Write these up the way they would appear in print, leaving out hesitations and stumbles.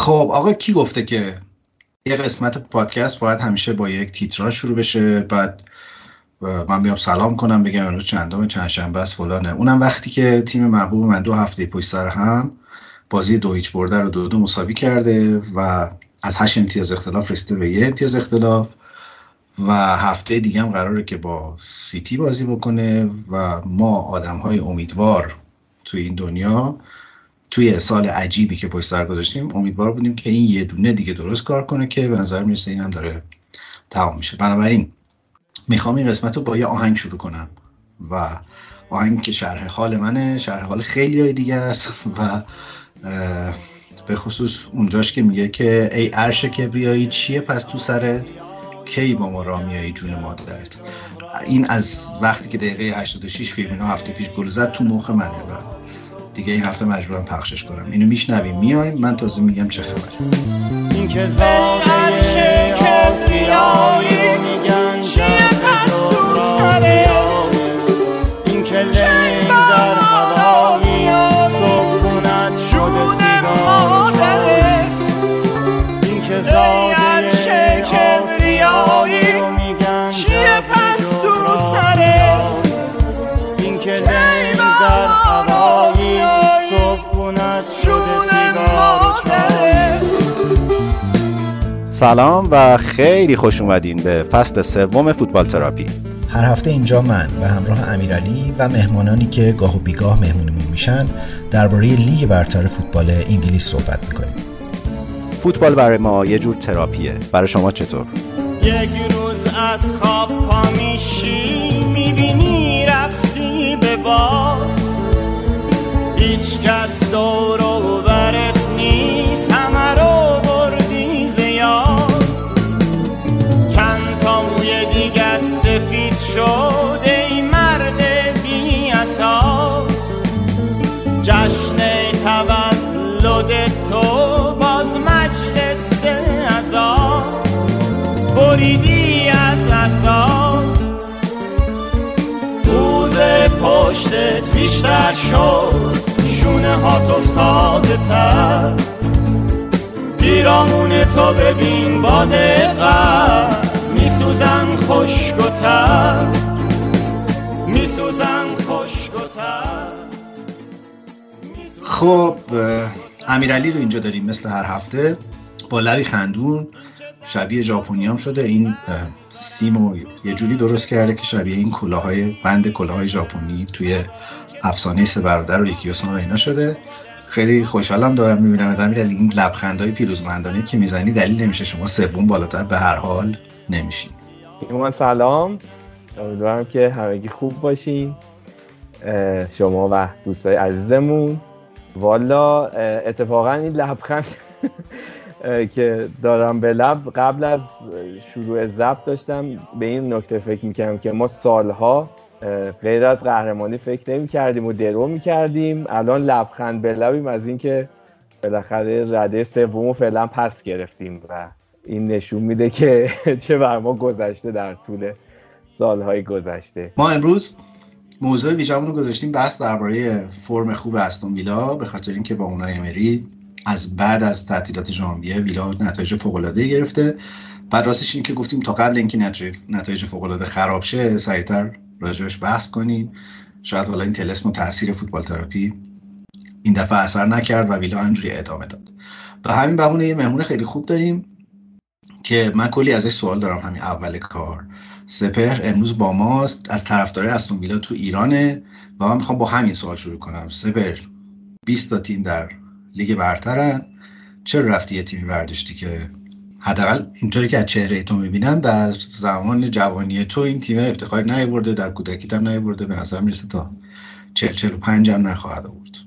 خب آقا کی گفته که یه قسمت پادکست باید همیشه با یک تیتراژ شروع بشه، بعد من بیام سلام کنم بگم امروز چندم چندشنبه است فلانه؟ اونم وقتی که تیم محبوب من 2 هفته پشت سر هم بازی 2-0 برده رو 2-2 مساوی کرده و از 8 امتیاز اختلاف رسیده به 1 امتیاز اختلاف و هفته دیگه هم قراره که با سیتی بازی بکنه و ما آدم‌های امیدوار توی این دنیا توی سال عجیبی که پشت سر گذاشتیم امیدوار بودیم که این یه دونه دیگه درست کار کنه که به نظر میرسه این هم داره تمام میشه. بنابراین میخوام این قسمت رو با یه آهنگ شروع کنم و آهنگ که شرح حال منه، شرح حال خیلی های دیگه است و به خصوص اونجاش که میگه که ای عرش کبریایی چیه پس تو سرت، کی با ما را میایی جون مادرت. این از وقتی که دقیقه 86 فیرمینو هفته پیش گل زد تو مخ منه و دیگه این هفته مجبورم پخشش کنم. اینو میشنویم میایم من تازه میگم چه خبر. این که زاده کبریایی میگن چیه پس تو سرت، این که لیل در هوایی صبحونت شده سیگار جارت، این که زاده کبریایی میگن چیه پس تو سرت، این که لیل در هوایی صبحونت شده سیگار جارت. سلام و خیلی خوش اومدین به فصل 3 فوتبال تراپی. هر هفته اینجا من به همراه امیرعلی و مهمانانی که گاه و بیگاه مهمونمون میشن درباره لیگ برتر فوتبال انگلیس صحبت میکنیم. فوتبال برای ما یه جور تراپیه. برای شما چطور؟ یک روز از خواب پا میشی میبینی رفتی به باد، هیچ کس دور و برت نیست، همه رو بردی زیاد، کن تا موی دیگت سفید شد ای مرد بی اساس، جشن تولد تو باز مجلس عزاست، بریدی از اساس، روز پشتت بیشتر شد، شونه هات افتاده تر، پیرامون تو ببین با دقت، میسوزن خشک‌تر، میسوزن خشک‌تر. خب امیرعلی رو اینجا داریم مثل هر هفته با لبی خندون، شبیه ژاپنیام شده. این سیمو یه جوری درست کرده که شبیه این کلاهای بند کلاهای ژاپنی توی افسانه 3 برادر و یکی و اینا شده. خیلی خوشحالم دارم میبینم امیرعلی. این لبخندهای پیروزمندانه که میزنی دلیل نمیشه شما 3 بالاتر به هر حال نمیشین. من سلام، امیدوارم که همگی خوب باشین شما و دوستای عزیزمون. والا اتفاقا این لبخند که دارم به لب قبل از شروع ضبط داشتم به این نکته فکر میکردم که ما سالها غیر از قهرمانی فکر نمی‌کردیم و درو می‌کردیم، الان لبخند به لبیم از این که بالاخره رده 3 فعلا پس گرفتیم و این نشون میده که چه بر ما گذشته در طول سالهای گذشته. ما امروز موضوع ویژه‌مون رو گذاشتیم بحث درباره فرم خوب استون ویلا، به خاطر اینکه با اونای امری از بعد از تعطیلات ژانویه ویلا نتایج فوق‌العاده گرفته. بعد راستش این که گفتیم تا قبل اینکه نتایج فوق‌العاده خراب شه سریعتر راجعش بحث کنیم. شاید حالا این طلسم و تاثیر فوتبال تراپی این دفعه اثر نکرد و ویلا همینجوری ادامه داد. به همین بهونه یه مهمون خیلی خوب داریم که من کلی ازش سوال دارم. همین اول کار سپهر امروز با ماست، از طرفدارای استون ویلا تو ایرانه و من میخوام با همین سوال شروع کنم. سپهر 20 تا تیم در لیگ برترن، چرا رفتی یه تیمی برداشتی که حداقل اینطوری که از چهره تو میبینم در زمان جوانی تو این تیم افتخاری نیاورده، در کودکیت هم نیاورده، به نظر میرسه تا 40-45 هم نخواهد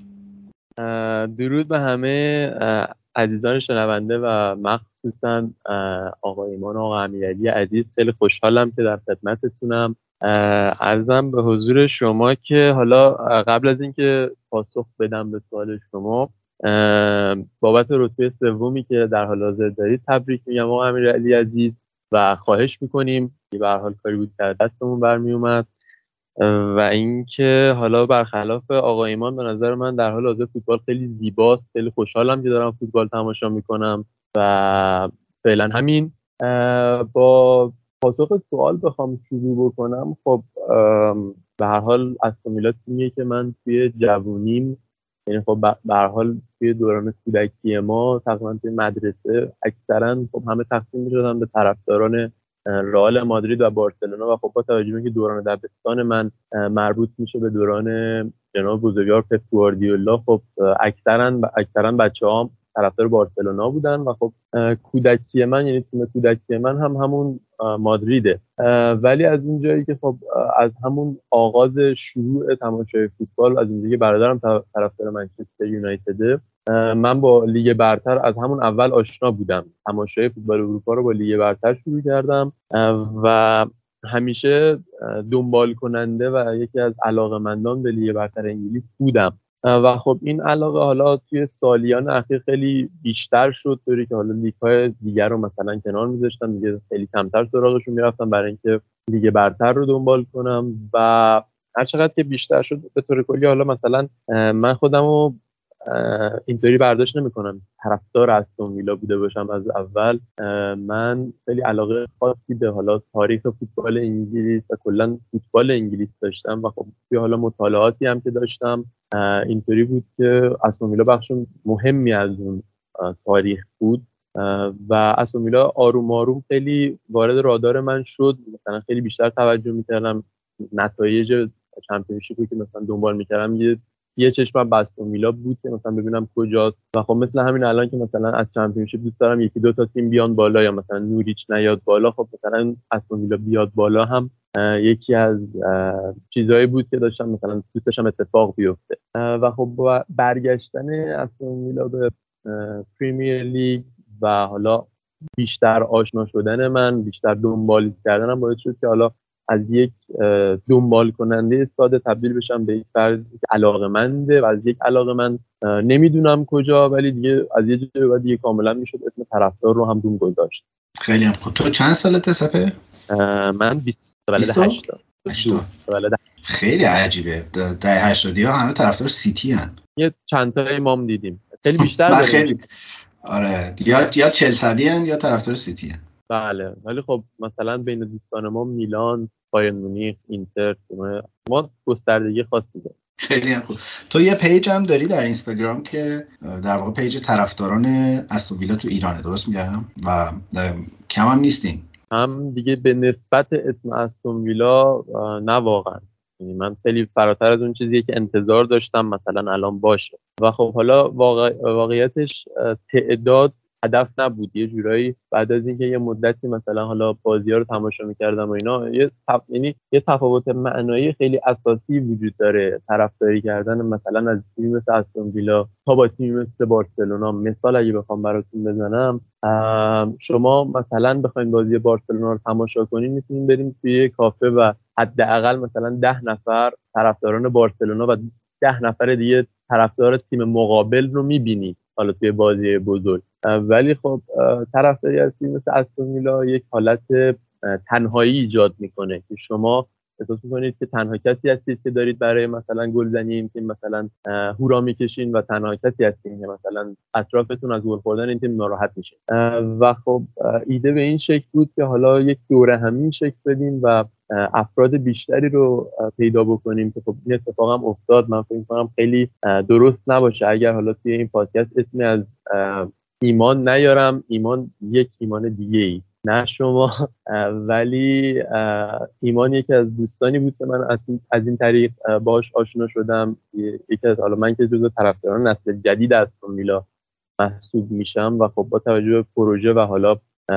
آورد. درود به همه عزیزان شنونده و مخصوصا آقا ایمان و آقا امیرعلی عزیز. خیلی خوشحالم که در خدمتتونم. عرضم به حضور شما که حالا قبل از اینکه پاسخ بدم به سوال شما بابت رتبه 3 که در حال حاضر دارید تبریک میگم آقا امیرعلی عزیز و خواهش میکنیم که به هر حال کاری بود که دستمون برمی اومد و اینکه حالا برخلاف آقا ایمان به نظر من در حال حاضر فوتبال خیلی زیباست، خیلی خوشحالم که دارم فوتبال تماشا میکنم و فعلا همین. با پاسخ سوال بخوام شروع بکنم، خب به هر حال استون ویلا تیمیه که من توی جوونیم، یعنی خب به هر حال توی دوران کودکی ما تقریبا توی مدرسه اکثرا خب همه تقسیم می‌شدن به طرفداران رئال مادرید و بارسلونا و خب با توجه به اینکه دوران دبستان من مربوط میشه به دوران جناب بزرگوار پپ گواردیولا، خب اکثرا بچه‌ها طرفدار بارسلونا بودن و خب کودکی من، یعنی تیم کودکی من هم همون مادریده. ولی از اون جایی که خب از همون آغاز شروع تماشای فوتبال، از اینجایی که برادرم طرفدار منچستر یونایتده، من با لیگ برتر از همون اول آشنا بودم. تماشای فوتبال اروپا رو با لیگ برتر شروع کردم و همیشه دنبال کننده و یکی از علاقه‌مندان به لیگ برتر انگلیس بودم و خب این علاقه حالا توی سالیان اخیر خیلی بیشتر شد، طوری که حالا لیگ‌های دیگر رو مثلا کنار می‌ذاشتم، دیگه خیلی کمتر سراغشون میرفتم برای اینکه لیگ برتر رو دنبال کنم و هر چقدر که بیشتر شد به طور کلی حالا مثلا من خودمو اینطوری برداشت نمی‌کنم طرفدار استون ویلا بوده باشم از اول. من خیلی علاقه خاصی به حالا تاریخ فوتبال انگلیس و کلا فوتبال انگلیس داشتم و خب توی حالا مطالعاتی هم که داشتم اینطوری بود که استون ویلا بخش مهمی از اون تاریخ بود و استون ویلا آروم آروم خیلی وارد رادار من شد. مثلا خیلی بیشتر توجه می‌کردم، نتایج چمپیونشیپی که مثلا دنبال می‌کردم یه چشمم به استون ویلا بود که مثلا ببینم کجاست و خب مثل همین الان که مثلا از چمپیونشیپ دوست دارم یکی دو تا تیم بیان بالا یا مثلا نوریچ نیاد بالا، خب مثلا استون ویلا بیاد بالا هم یکی از چیزایی بود که داشتم مثلا دوست داشتم اتفاق بیفته و خب با برگشتن استون ویلا به پریمیر لیگ و حالا بیشتر آشنا شدن من، بیشتر دنبال کردنم باعث شد که حالا از یک دنبال کننده ساده تبدیل بشم به یک فرد علاقه‌منده و از یک علاقه‌مند نمیدونم کجا، ولی دیگه از یه جایی بعد دیگه کاملا میشد اسم طرفدار رو هم روم گذاشت. خیلی هم خوب. تو چند سالته سپه؟ من 20 ولد 8. خیلی عجیبه. دهه 80 ها همه طرفدار سیتی ان. یه چند تا امام دیدیم. خیلی بیشتر داریم. خیلی آره، یا چلسی ان یا طرفدار سیتی ان. بله، ولی خب مثلا بین دوستان ما میلان، بایرن مونیخ، اینتر، ما گستردگی خاصی داریم. خیلی خوب. تو یه پیج هم داری در اینستاگرام که در واقع پیج طرفداران استون ویلا تو ایرانه، درست میگم؟ و کم هم نیستین. هم دیگه به نسبت اسم استون ویلا نه واقعا، یعنی من خیلی فراتر از اون چیزیه که انتظار داشتم مثلا الان باشه و خب حالا واقعیتش تعداد هدف نبود. یه جورایی بعد از اینکه یه مدتی مثلا حالا بازی‌ها رو تماشا می‌کردم و اینا، یعنی یه تفاوت معنایی خیلی اساسی وجود داره طرفداری کردن مثلا از تیمی مثل استون ویلا تا با تیمی مثل بارسلونا. مثال اگه بخوام براتون بزنم، شما مثلا بخواید بازی بارسلونا رو تماشا کنین، میتونین بریم توی کافه و حداقل مثلا 10 نفر طرفداران بارسلونا و 10 نفر دیگه طرفدار تیم مقابل رو می‌بینید حالا توی بازی بزرگ. ولی خب طرفداری از تیم مثل استون ویلا یک حالت تنهایی ایجاد میکنه که شما احساس میکنید که تنها کسی هستید که دارید برای مثلا گلزنی این تیم مثلا هورا میکشین و تنها کسی هستید که مثلا اطرافتون از گل خوردن این تیم ناراحت میشه و خب ایده به این شکل بود که حالا یک دوره همین شکل بدیم و افراد بیشتری رو پیدا بکنیم که خب این اتفاق هم افتاد. من فکر می‌کنم خیلی درست نباشه اگر حالا توی این پادکست اسمی از ایمان نیارم. ایمان یک ایمان دیگه‌ای، نه شما، ولی ایمان یکی از دوستانی بود که من از این طریق باهاش آشنا شدم. یکی از حالا من که جزو طرفداران نسل جدید استون ویلا محسوب میشم و خب با توجه به پروژه و حالا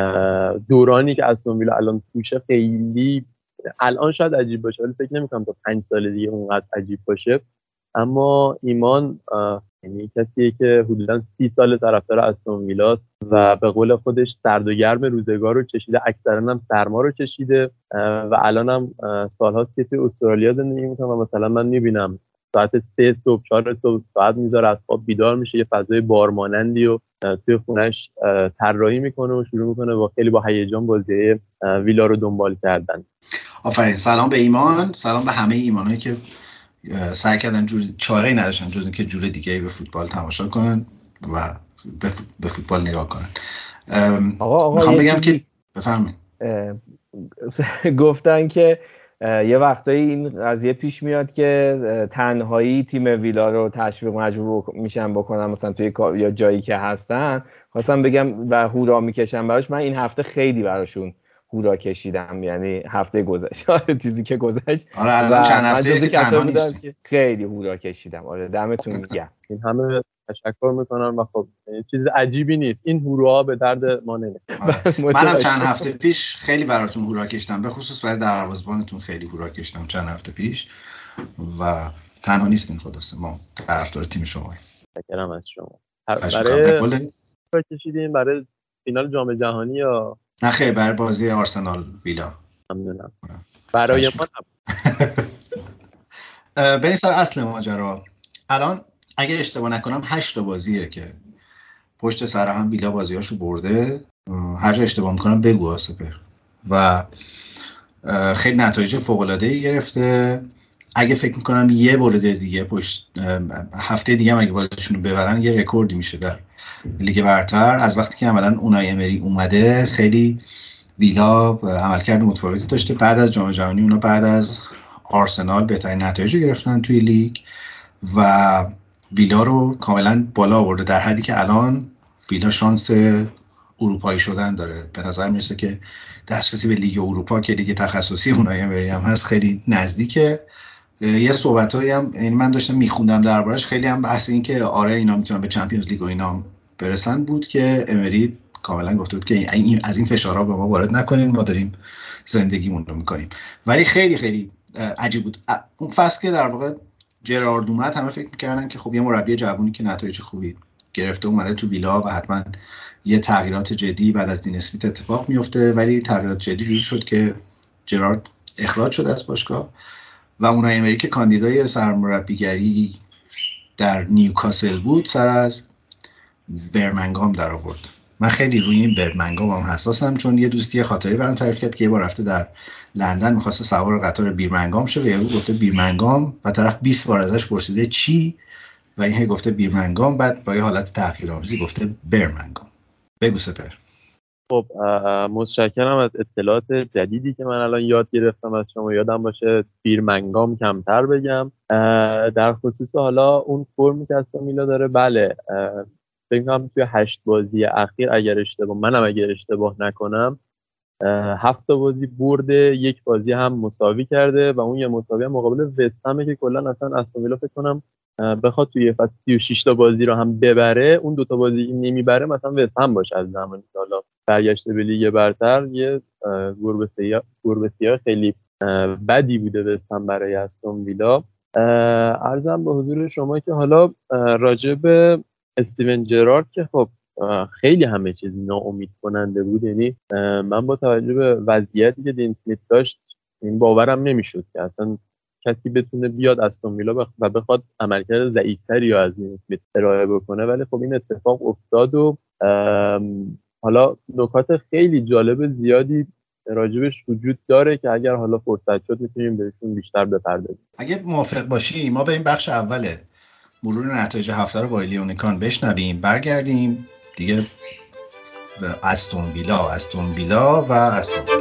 دورانی که استون ویلا الان توشه خیلی الان شاید عجیب باشه، ولی فکر نمی‌کنم تا 5 سال دیگه اونقدر عجیب باشه. اما ایمان یعنی کسیه که حدوداً 30 سال طرفدار استون ویلاست و به قول خودش سرد و گرم روزگار رو چشیده، اکثرا هم سرما رو چشیده و الان هم سال‌هاست که توی استرالیا زندگی می‌کنه و مثلا من می‌بینم ساعت 3 صبح 4 صبح ساعت میذاره از خواب بیدار میشه، یه فضای بارمانندی و توی خونش طراحی میکنه و شروع میکنه با خیلی با هیجان بازی ویلا رو دنبال کردن. آفرین. سلام به ایمان، سلام به همه ایمانایی که سعی کردن چاره‌ای نداشتن جز اینکه جور دیگه‌ای به فوتبال تماشا کنن و به فوتبال نگاه کنن. آقا میخوام بگم که بفرمایید. گفتن که یه وقتایی این قضیه پیش میاد که تنهایی تیم ویلا رو تشویق مجبور میشن بکنن مثلا توی یا جایی که هستن. خواستم بگم و هورا میکشن براش. من این هفته خیلی براشون هورا کشیدم، یعنی هفته گذشته چیزی که گذشت. آره الان چند هفته که تنها نیستم خیلی هورا کشیدم. آره دمتون گرم. این همه تشکر میکنن و خب چیز عجیبی نیست، این هوراها به درد ما نمیخوره. منم چند هفته پیش خیلی براتون هورا کشیدم، به خصوص برای دروازه‌بانتون خیلی هورا کشیدم چند هفته پیش و تنها نیستین. خلاصه ما طرفدار تیم شماییم. تشکرم از شما. برای کشیدیم برای فینال جام جهانی یا نه؟ خیلی برای بازی آرسنال ویلا. ممنونم. برای ما بریم سر اصل ماجرا. الان اگه اشتباه نکنم 8 تا بازیه که پشت سر هم ویلا بازیاشو برده. هر جا اشتباه میکنم بگو سپر. و خیلی نتایج فوق‌العاده‌ای گرفته. اگه فکر میکنم یه برده دیگه پشت هفته دیگه هم اگه بازیشون رو ببرن یه رکوردی میشه در لیگ برتر. از وقتی که عملاً اونای امری اومده خیلی ویلا عملکرد متفاوتی داشته. بعد از جام جهانی اونا بعد از آرسنال بهترین نتایج گرفتن توی لیگ و ویلا رو کاملا بالا آورده، در حدی که الان ویلا شانس اروپایی شدن داره. به نظر میرسه که دسترسی به لیگ اروپا که لیگ تخصصی اونای امری هم هست خیلی نزدیکه. یه صحبتایی هم من داشتم میخوندم دربارش، خیلی هم بحث این که آره اینا میتونن به چمپیونز لیگ و اینا برسن بود که امری کاملا گفته بود که از این فشارها به ما وارد نکنین، ما داریم زندگیمون رو میکنیم. ولی خیلی خیلی عجیب بود اون فصل که در واقع جرارد اومد. همه فکر میکردن که خب یه مربی جوونی که نتایج خوبی گرفته اومده تو ویلا و حتما یه تغییرات جدی بعد از دین اسمیت اتفاق میفته، ولی تغییرات جدی جوری شد که جرارد اخراج شد از باشگاه و اونای امری که کاندیدای سرمربیگری در نیوکاسل بود سر از برمنگام در آورد. من خیلی روی این برمنگام هم حساسم، چون یه دوستی خاطری برام تعریف کرد که یه بار رفته در لندن می‌خواسته سوار قطار بیرمنگام شه و یهو گفته بیرمنگام و طرف 20 بار ازش پرسیده چی و این هی گفته بیرمنگام، بعد با یه حالت تحقیرآمیزی گفته برمنگام. بگو سپر. خب متشکرم از اطلاعات جدیدی که من الان یاد گرفتم از شما. یادم باشه بیرمنگام کمتر بگم. در خصوص حالا اون فرمی که استون ویلا داره، بله فکر کنم توی 8 بازی اخیر اگر اشتباه نکنم 7 بازی برده، 1 بازی هم مساوی کرده و اون یه مساوی هم مقابل وستهمه که کلا اصلا استون ویلا فکر کنم بخواد توی فصل 36 تا بازی رو هم ببره، اون 2 تا بازی نمیبره مثلا وستهم باشه از زمانی که حالا برگشته به لیگ برتر. یه گربه سیاه خیلی بدی بوده وستهم برای استون ویلا. عرضم به حضور شما که حالا راجع به استیون جرارد که خب خیلی همه چیز ناامید کننده بود. یعنی من با توجه به وضعیتی که دین اسمیت داشت این باورم نمیشد که اصلا کسی بتونه بیاد استون ویلا و بخواد عملکرد ضعیف‌تری یا از دین اسمیت ارائه بکنه. ولی خب این اتفاق افتاد و حالا نکات خیلی جالب زیادی راجبش وجود داره که اگر حالا فرصت شد میتونیم بهشون بیشتر بپردازیم. اگه موافق باشی ما بریم بخش اول مرور نتایج هفته رو با لیونیکان بشنویم، برگردیم دیگه به استون ویلا و استون ویلا.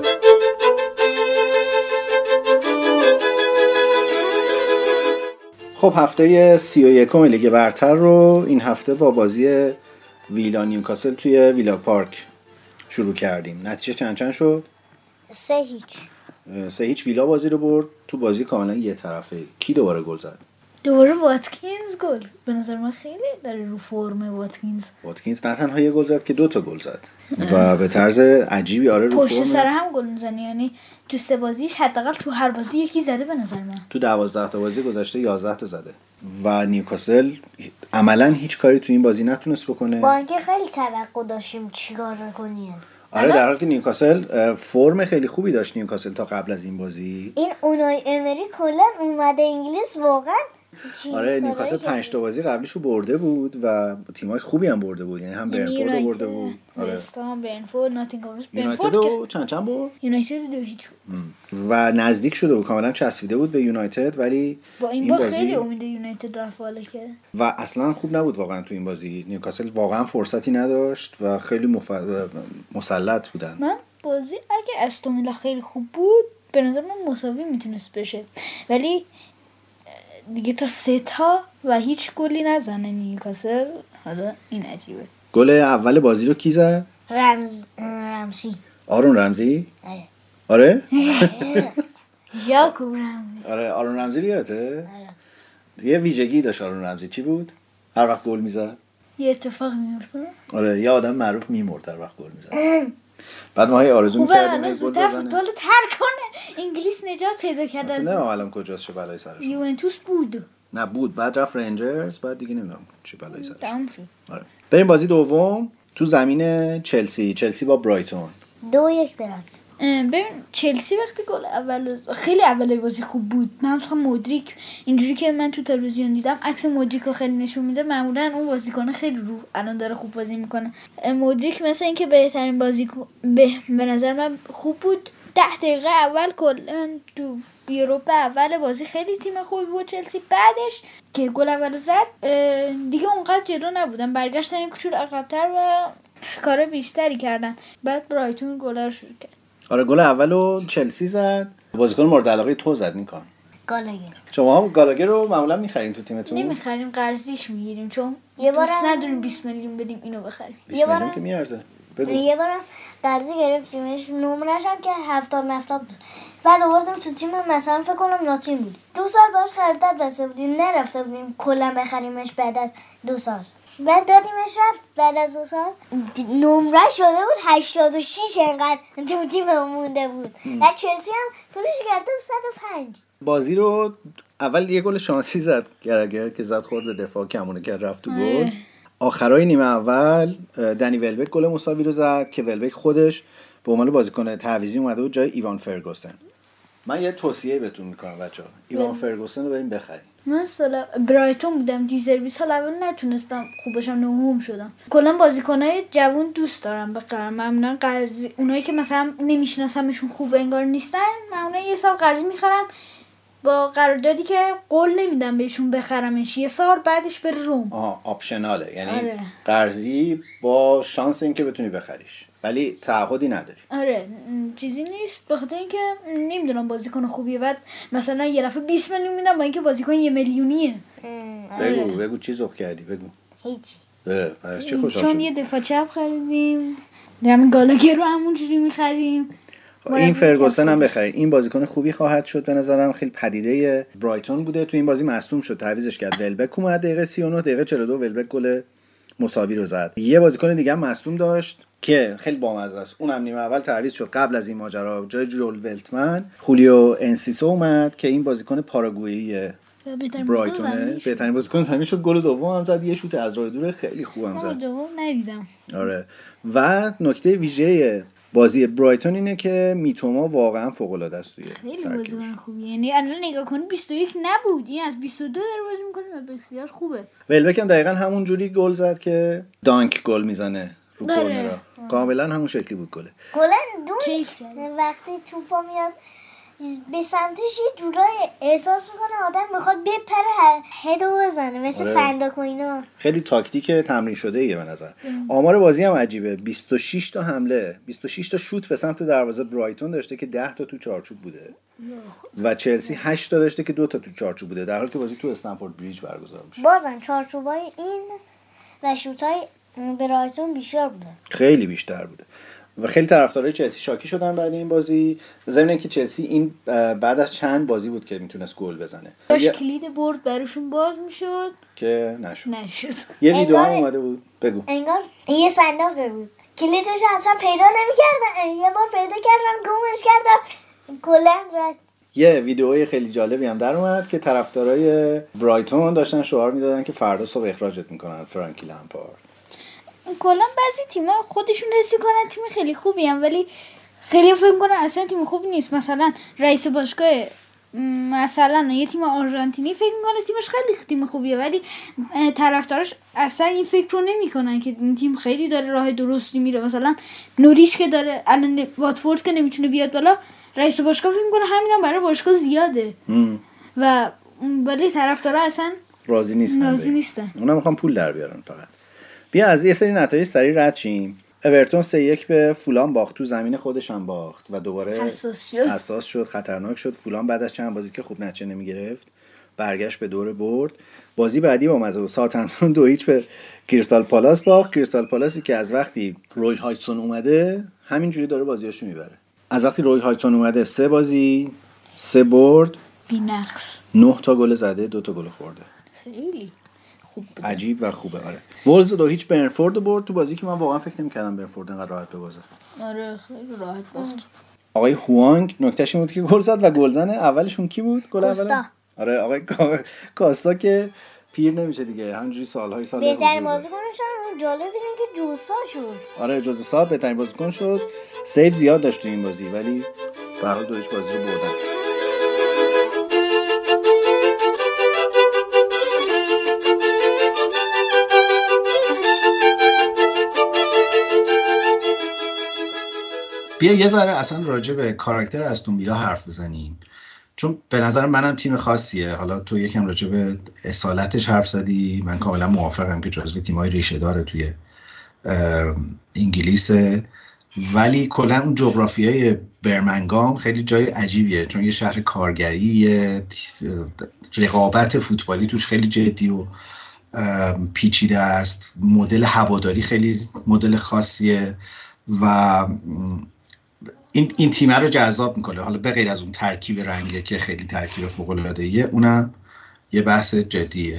خب هفته 31 لیگ برتر رو این هفته با بازی ویلا نیوکاسل توی ویلا پارک شروع کردیم. نتیجه چند شد؟ 3-0 ویلا بازی رو برد. تو بازی کاملا یه طرفه. کی دوباره گل زد؟ دوباره واتکینز گل. به نظر من خیلی داره رو فرم واتکینز نه تنها یه گل زد که 2 تا گل زد و به طرز عجیبی رو فرم. پشت سر هم گل میزنه، یعنی تو 3 بازیش حداقل تو هر بازی یکی زده. به نظر من تو 12 تا بازی گذشته 11 تا زده و نیوکاسل عملاً هیچ کاری تو این بازی نتونست بکنه. با اینکه خیلی توقع داشتیم چیکار کنیم. آره در حالی که نیوکاسل فرم خیلی خوبی داشت نیوکاسل تا قبل از این بازی. این اونای امری کلا اومده انگلیس واقعا آره نیوکاسل 5 تا بازی قبلیشو برده بود و تیمای خوبی هم برده بود، یعنی هم برنفورد برده بود، آره استام برنفورد ناتینگهام یونایتد چند برد؟ یونایتد 2-0 و نزدیک شده بود، کاملا چسبیده بود به یونایتد، ولی با این بازی خیلی امید یونایتد رفت بالا که و اصلا خوب نبود واقعا تو این بازی. نیوکاسل واقعا فرصتی نداشت و خیلی مسلط بودن. من بازی اگه استون ویلا خیلی خوب بود به نظر من مساوی میتونست بشه، ولی دیگه تا 3 تا و هیچ گلی نزنه نیوکاسل. حالا این عجیبه. گل اول بازی رو کی زد؟ رمزی. آرون رمزی؟ آره. یاکوب رمزی. آره آرون رمزی رو یادته؟ یه ویژگی داشت آرون رمزی. چی بود؟ هر وقت گل میزد یه اتفاق میفته. آره یه آدم معروف میمرد هر وقت گل میزد. بعد ما آرزو می‌کردیم گل بزنه. فوتبال ترک کنه. انگلیس نجات پیدا کرد. اصلا نمیدونم الان کجاست، چه بلایی سرش. یوونتوس بود. نه بود، بعد رفت رنجرز، بعد دیگه نمیدونم چه بلایی سرش. تموم شد. آره. بریم بازی دوم تو زمین چلسی با برایتون. 2-1 برد. ببین چلسی وقتی گل اول خیلی اول بازی خوب بود. مثلا مودریک اینجوری که من تو تلویزیون دیدم عکس مودریک رو خیلی نشون میده، معمولا اون بازیکن خیلی رو الان داره خوب بازی میکنه. مودریک مثلا اینکه بهترین بازیکن به نظر من خوب بود. 10 دقیقه اول کلا تو یوروپ اول بازی خیلی تیم خوبی بود چلسی. بعدش که گل اول زد دیگه اونقدر جلو نبودن، برگشتن یک کوچولو عقب‌تر و کار بیشتری کردن. بعد برایتون گل رو شروع کرد. آره گل اولو چلسی زد، بازیکن مورد علاقه تو زد نیکان. گالاگر. شما هم گالاگر رو معمولا می‌خرین تو تیمتون؟ نمی‌خریم، قرضیش می‌گیریم چون یه بار نداریم 20 میلیون بدیم اینو بخریم. 20 میلیون که میارزه. بگو. یه بارم قرضی گرفتیمش، نمره‌ش هم که 70 بود. بعد آوردیم تو تیم مثلا فکر کنم ناتین بود. 2 سال باش خریدت بسته بودیم، نرفته بودیم کلا بخریمش بعد از 2 سال. بعد دادیمش رفت بعد از 2 سال نمره شده بود 86 انقدر تو تیم مونده بود. و چلسی هم پولش کرده 105. بازی رو اول یه گل شانسی زد گرگر که زد خورد به دفاع کمونه کرد رفت تو گل. آخرای نیمه اول دنی ولبک گل مساوی رو زد که ولبک خودش به عنوان بازیکن تعویضی اومده بود جای ایوان فرگوسن. من یه توصیه بهتون میکنم بچه‌ها، ایوان فرگوسن رو بریم بخرید. من سال برایتون بودم دیزربی، سال اول نتونستم خوب بشم، نهم شدم. کلا بازیکنای جوون دوست دارم بخرم. معمولا قرضی اونایی که مثلا نمیشناسمشون خوب انگار نیستن معمولا یه سال قرضی میخرم با قراردادی که قول نمیدم بهشون بخرمش، یه سال بعدش بره روم. آپشناله، یعنی آره. قرضی با شانس اینکه بتونی بخریش ولی تعهدی نداری. آره چیزی نیست، بخاطر اینکه نمیدونم بازیکن خوبیه بعد مثلا یه دفعه 20 میلیون میدم با اینکه بازیکن 1 میلیونیه. بگو چی ذوق کردی؟ بگو. هیچ. چه خوشحال چون یه دفاع چپ خریدیم، همین گالاگر رو همونجوری می‌خریم. این فرگوسن هم بخرید، این بازیکن خوبی خواهد شد به نظرم. خیلی پدیده برایتون بوده، تو این بازی مصدوم شد، تعویضش کرد، ولبک اومد دقیقه 39 دقیقه 42 ولبک گل مساوی رو زد. یه بازیکن دیگه هم مصدوم داشت که خیلی بامزه است، اونم نیمه اول تعویض شد قبل از این ماجرا، جای جول ولتمن خولیو انسیسو اومد که این بازیکن پاراگوئیه برایتونه، بهترین بازیکن زمین شد، گل دوم هم زد، یه شوت از راه دور خیلی خوبم زد. گل دوم ندیدم. آره و نکته ویژه بازی برایتون اینه که میتوما واقعا فوق العاده است توی خیلی بازیکن خوبیه، یعنی الان نگاه کنی 21 نبود، این از 22 داره بازی میکنه و بسیار خوبه. ولبک هم دقیقاً همون جوری گل زد که دانک گل میزنه رو کورنر، کاملا همون شکلی بود گله. گلن کیف کرد وقتی توپا میاد به سمتش یه جورای احساس میکنه آدم میخواد بپره هدو بزنه مثل فنداک و اینا. خیلی تاکتیک تمرین شده ایه به نظر. آمار بازی هم عجیبه، 26 تا حمله 26 تا شوت به سمت دروازه برایتون داشته که 10 تا تو چارچوب بوده و چلسی 8 تا داشته که 2 تا تو چارچوب بوده، در حالی که بازی تو استنفورد بریج برگزار میشه. بازم چارچوبای این و شوتای برایتون بیشتر بوده، خیلی بیشتر بوده و خیلی طرفدارای چلسی شاکی شدن بعد این بازی، ضمن اینکه چلسی این بعد از چند بازی بود که میتونست گل بزنه، داشت کلید برد براشون باز میشد که نشد. یه ویدیو هم اومده بود، بگو. انگار یه صندوق بود کلیدش اصلا پیدا نمی‌کردن، یه بار پیدا کردن گمش کردن کلا رد. یه ویدیوی خیلی جالبی هم در اومد که طرفدارای برایتون داشتن شعار میدادن که فردا صبح اخراجت میکنن فرانکی لمپارد. کلا بعضی تیم‌ها خودشون حس می‌کنن تیم خیلی خوبی ام ولی خیلی فکر می‌کنن اصلا تیم خوب نیست. مثلا رئیس باشگاه مثلا یه تیم آرژانتینی فکر میکنه تیمش خیلی تیم خوبیه، ولی طرفداراش اصلا این فکر رو نمیکنن که این تیم خیلی داره راه درستی میره. مثلا نوریچ که داره الان، واتفورد که نمیتونه بیاد بالا، رئیس باشگاه فکر میکنه همینم برای باشگاه زیاده و ولی طرفدارا اصلا راضی نیستن. اونا میخوان پول در بیارن فقط. بیا از یه سری نتایج سریع رد شیم. اورتون 3-1 به فولان باخت، تو زمین خودش هم باخت و دوباره حساس شد، خطرناک شد. فولان بعد از چند بازی که خوب نتیجه نمیگرفت برگشت به دور برد. بازی بعدی اومد ساوثهمپتون 2-0 به کریستال پالاس باخت. کریستال پالاسی که از وقتی روی هایتسون اومده همینجوری داره بازیاشو میبره. از وقتی روی هایتسون اومده 3 بازی 3 برد، بی‌نقص، 9 تا گل زده، 2 تا گل خورده. خیلی خوب بوده. عجیب و خوبه. آره وولز 2-0 برنفورد برد تو بازی که من واقعا فکر نمی‌کردم برنفورد انقدر راحت ببازه. آره خیلی راحت باخت. آقای هوانگ نکتهش این بود که گل زد و گلزن اولشون کی بود؟ گل اول. آره آقای کاستا که پیر نمیشه دیگه، همونجوری سال بهترین بازیکنشون جالب اینه که جوسا شد. آره جوزسا بهترین بازیکن شد. سیو زیاد داشت تو این بازی ولی به هر حال 2-0 بازی رو بردن. بیا یه ذره اصلا راجع به کاراکتر استون ویلا حرف بزنیم، چون به نظر منم تیم خاصیه. حالا تو یکم راجع به اصالتش حرف زدی، من کاملا موافقم که جزو تیم‌های ریشه داره توی انگلیسه، ولی کلا اون جغرافیای برمنگام خیلی جای عجیبیه، چون یه شهر کارگریه، رقابت فوتبالی توش خیلی جدی و پیچیده است، مدل هواداری خیلی مدل خاصیه و این تیمه رو جذاب میکنه. حالا به غیر از اون ترکیب رنگیه که خیلی ترکیب فوق‌العاده‌ایه، اونم یه بحث جدیه.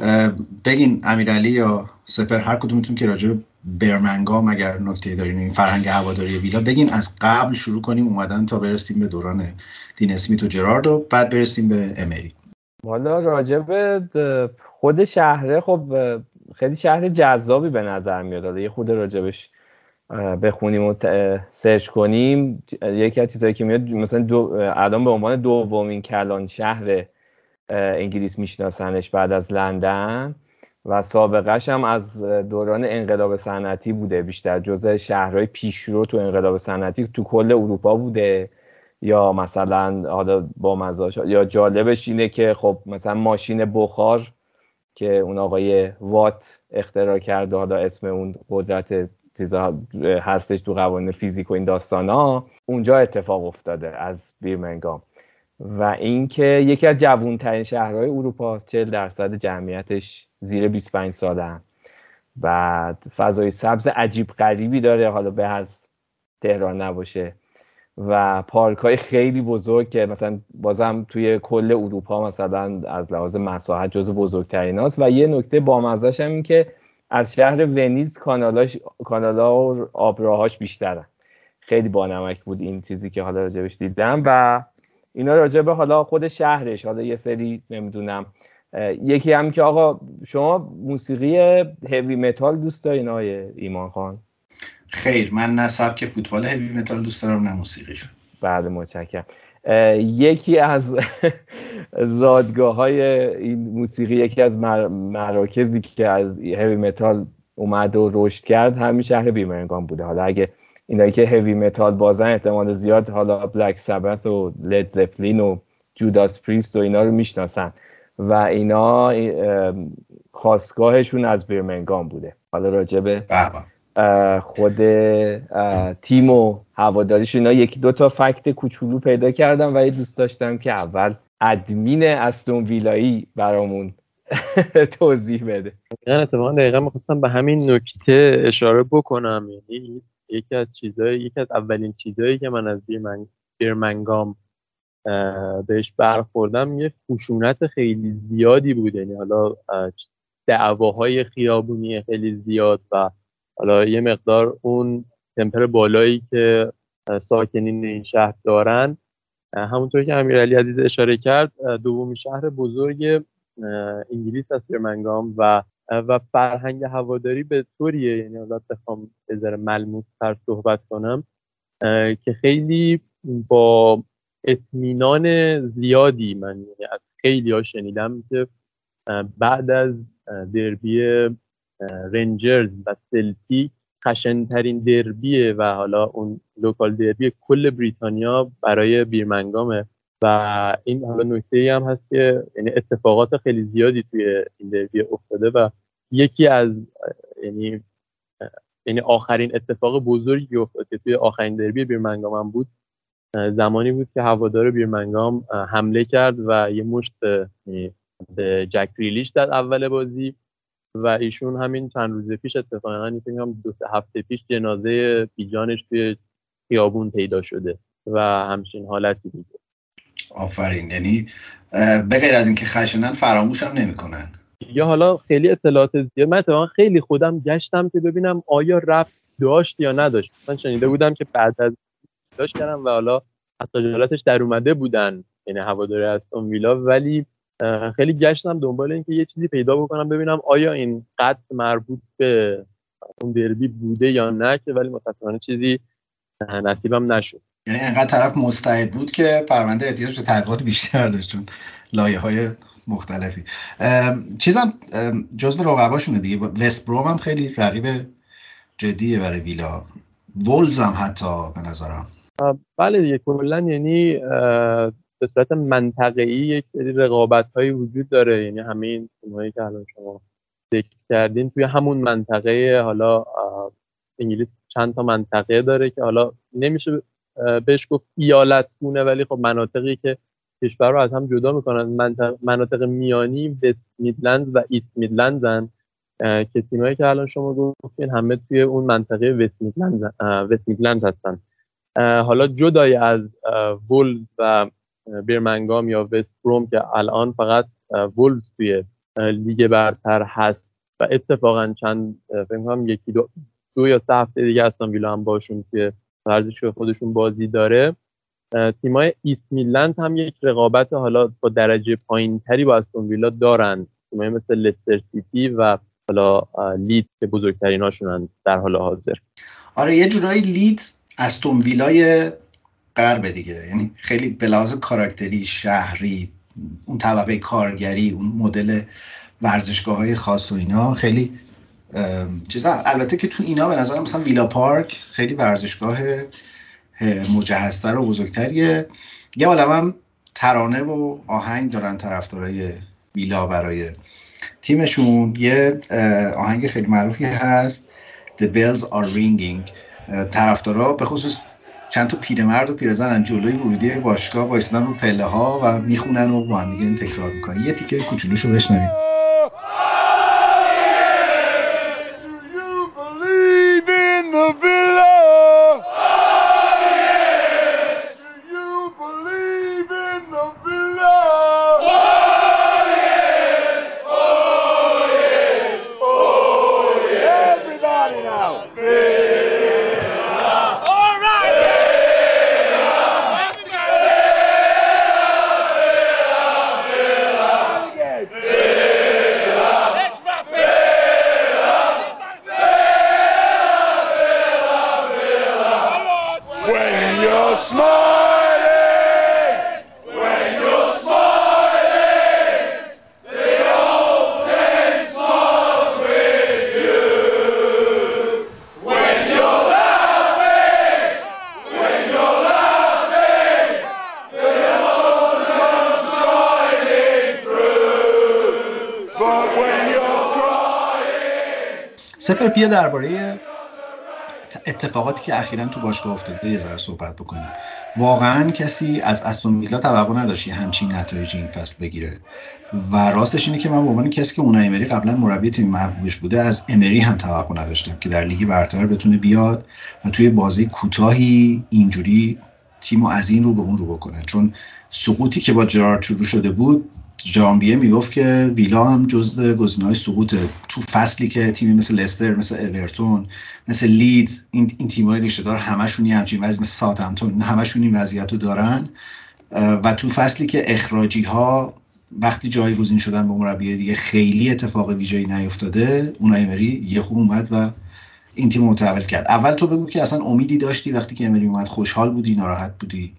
بگین امیرعلی یا سپر هر کدومتون که راجع به برمنگام اگر نکته دارین، این فرهنگ هواداری ویلا بگین، از قبل شروع کنیم اومدن تا برسیم به دوران دین اسمیت و جرارد و بعد برسیم به امری. والا راجع به خود شهره، خب خیلی شهر جذابی به نظر میاد. یه خود راجبش بخونیم و سرچ کنیم، یکی از چیزایی که میاد مثلا الان به عنوان دومین کلان شهر انگلیس میشناسنش بعد از لندن و سابقهش هم از دوران انقلاب صنعتی بوده، بیشتر جزء شهرهای پیشرو تو انقلاب صنعتی تو کل اروپا بوده. یا مثلا حالا با مزاج یا جالبش اینه که خب مثلا ماشین بخار که اون آقای وات اختراع کرده، حالا اسم اون قدرت چیزا هستش تو قوانین فیزیک و این داستانا، اونجا اتفاق افتاده از بیرمنگام. و اینکه یکی از جوان‌ترین شهرهای اروپا، 40% جمعیتش زیر 25 سالن، بعد فضای سبز عجیب غریبی داره، حالا به از تهران نباشه، و پارک‌های خیلی بزرگ که مثلا بازم توی کل اروپا مثلا از لحاظ مساحت جزو بزرگتریناست. و یه نکته بامزه‌ش هم این که از شهر ونیز کانالا و آبراهاش بیشترن. خیلی بانمک بود این چیزی که حالا راجبش دیدم. و اینا راجب حالا خود شهرش، حالا یه سری نمیدونم، یکی هم که آقا شما موسیقی هیوی متال دوست دارین آقای ایمان خان؟ خیر، من نه سبک فوتبال هیوی متال دوست دارم نه موسیقیشون. بعد متشکرم. یکی از زادگاه‌های این موسیقی، یکی از مراکزی که از هیوی متال اومد و رشد کرد همین شهر بیرمنگام بوده. حالا اگه اینایی که هیوی متال بازن احتمال زیاد حالا بلک سابت و لید زپلین و جوداس پریست و اینا رو میشناسن و اینا خاستگاهشون از بیرمنگام بوده. حالا راجبه خود تیم و هواداریش اینا یکی دو تا فکت کوچولو پیدا کردم و دوست داشتم که اول ادمین استون ویلایی برامون توضیح بده. من اتفاقا دقیقا میخواستم به همین نکته اشاره بکنم. یعنی یکی از اولین چیزایی که من از بیرمنگام بهش برخوردم یه خشونت خیلی زیادی بود. یعنی حالا دعواهای خیابونی خیلی زیاد و حالا یه مقدار اون تمپر بالایی که ساکنین این شهر دارن، همونطور که امیرعلی عزیز اشاره کرد دومین شهر بزرگ انگلیس است بیرمنگام و فرهنگ هواداری به طوریه، یعنی حالا بخوام یه ذره ملموس‌تر صحبت کنم، که خیلی با اطمینان زیادی من از خیلی ها شنیدم که بعد از دربی رنجرز و سلتیک خشن‌ترین دربیه و حالا اون لوکال دربی کل بریتانیا برای بیرمنگامه و این حالا نکته‌ای هم هست که یعنی اتفاقات خیلی زیادی توی این دربی افتاده و یکی از یعنی آخرین اتفاق بزرگی که افتاد که توی آخرین دربی بیرمنگام هم بود زمانی بود که هوادار بیرمنگام حمله کرد و یه مشت به جک ریلیش زد اول بازی و ایشون همین چند روز پیش اتفاقا میگم 2-3 هفته پیش جنازه بیجانش توی خیابون پیدا شده و همچین حالتی دیگه. آفرین. یعنی به غیر از اینکه خشنن فراموش هم نمی‌کنن. یا حالا خیلی اطلاعات زیاد من اتفاقا خیلی خودم گشتم که ببینم آیا ربط داشت یا نداشت. من شنیده بودم که بعد از داشت کردم و حالا حتی جلالتش در اومده بودن یعنی هواداری استون ویلا، ولی خیلی گشتم دنبال اینکه یه چیزی پیدا بکنم ببینم آیا این قطع مربوط به اون دربی بوده یا نه، که ولی متأسفانه چیزی نصیبم نشد. یعنی انقدر طرف مستعد بود که پرونده احتیاج به تحقیقات بیشتر داشت چون لایه‌های مختلفی. چیزم جزو رقباشونه دیگه. وست بروم هم خیلی رقیب جدیه برای ویلا. وولز هم حتی به نظرم. بله دیگه کلا یعنی به صورت منطقه‌ای یک سری رقابت‌هایی وجود داره، یعنی همین تیمایی که الان شما ذکر کردین توی همون منطقه، حالا انگلیس چند تا منطقه داره که حالا نمیشه بهش گفت ایالتگونه، ولی خب مناطقی که کشور رو از هم جدا میکنن. مناطق میانی وست میدلندز و ایست میدلندزن که تیمایی که الان شما گفتین همه توی اون منطقه وست میدلندز هستن. حالا جدای از وولز و بیرمنگام یا وست بروم که الان فقط وولز توی لیگ برتر هست و اتفاقا چند فکر کنم یکی دو یا 3 هفته دیگه استون ویلا هم باشون که ورزش خودشون بازی داره. تیمای ایست میدلند هم یک رقابت حالا با درجه پایینتری با استون ویلا دارن، تیمای مثل لستر سیتی و حالا لیدز که بزرگترین هاشونن در حال حاضر. آره یه جورایی لیدز استون ویلای غرب دیگه، یعنی خیلی به لحاظ کاراکتری، شهری، اون طبقه کارگری، اون مدل ورزشگاه‌های خاص و اینا خیلی چیزا. البته که تو اینا به نظرم مثلا ویلا پارک خیلی ورزشگاه مجهزتر و بزرگتریه. یه عالمه ترانه و آهنگ دارن طرفدارای ویلا برای تیمشون. یه آهنگ خیلی معروفی هست The Bells Are Ringing. طرفدارا به خصوص چند تا پیرمرد و پیرزنن جلوی ورودی باشگاه وایسادن رو پله ها و میخونن و با هم دیگه این تکرار میکنن. یه تیکه کوچولوشو بشنویم. سپر بیا درباره اتفاقاتی که اخیراً تو باشگاه افتاده یه ذره صحبت بکنیم. واقعاً کسی از استون ویلا توقع نداشت همچین نتایجی این فصل بگیره و راستش اینه که من به عنوان کسی که اونای امری قبلا مربی تیم محبوبش بوده از امری هم توقع نداشتم که در لیگ برتر بتونه بیاد و توی بازی کوتاهی اینجوری تیمو از این رو به اون رو بکنه. چون سقوطی که با جرارد شروع شده بود، ژانویه میگفت که ویلا هم جزو گزینه‌های سقوط تو فصلی که تیمی مثل لستر، مثل اورتون، مثل لیدز، این تیم‌های ریشه‌دار همشون همچین وضعی، مثل ساوثهمپتون همشون این وضعیت رو دارن و تو فصلی که اخراجی‌ها وقتی جایگزین شدن به مربی دیگه خیلی اتفاق ویژه‌ای نیفتاده، اونای امری یهو اومد و این تیم متحول کرد. اول تو بگو که اصلا امیدی داشتی وقتی که امری اومد؟ خوشحال بودی، ناراحت بودی؟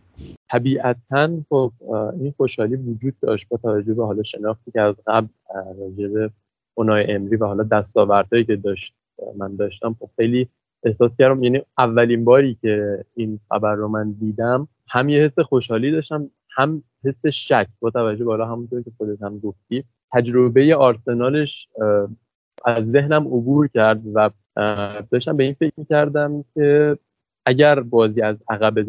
طبیعتاً خب این خوشحالی وجود داشت با توجه به حالا شناختی که از قبل راجع به اونای امری و حالا دستاوردهایی که من داشتم، خب خیلی احساس کردم، یعنی اولین باری که این خبر رو من دیدم هم یه حس خوشحالی داشتم هم حس شک با توجه به حالا همونطور که خودت هم گفتی تجربه آرسنالش از ذهنم عبور کرد و داشتم به این فکر می‌کردم که اگر بازی از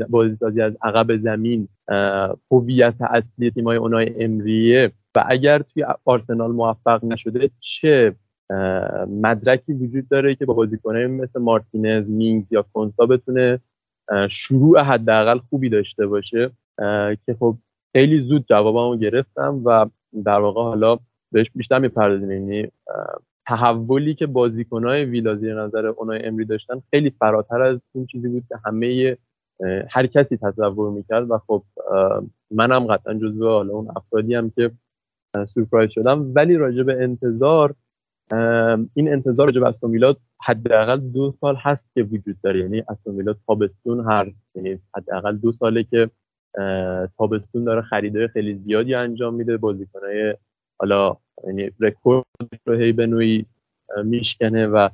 عقب زمین هویت اصلی تیم‌های اونای امریه و اگر توی آرسنال موفق نشده چه مدرکی وجود داره که با بازیکنایی مثل مارتینز، مینگز یا کنسا بتونه شروع حداقل خوبی داشته باشه، که خب خیلی زود جوابمو گرفتم و در واقع حالا بهش بیشتر می‌پردازیم. یعنی تحولی که بازیکن‌های ویلا زیر نظر اونای امری داشتن خیلی فراتر از اون چیزی بود که هر کسی تصور می‌کرد و خب منم قطعا جزو حالا اون افرادی هم که سورپرایز شدم. ولی راجع به انتظار، این انتظار راجع به استون ویلا حداقل 2 سال هست که وجود داره. یعنی استون ویلا تابستون یعنی حداقل 2 ساله که تابستون داره خریدای خیلی زیادی انجام میده، بازیکنای حالا یعنی رکورد رو هی به نوعی میشکنه و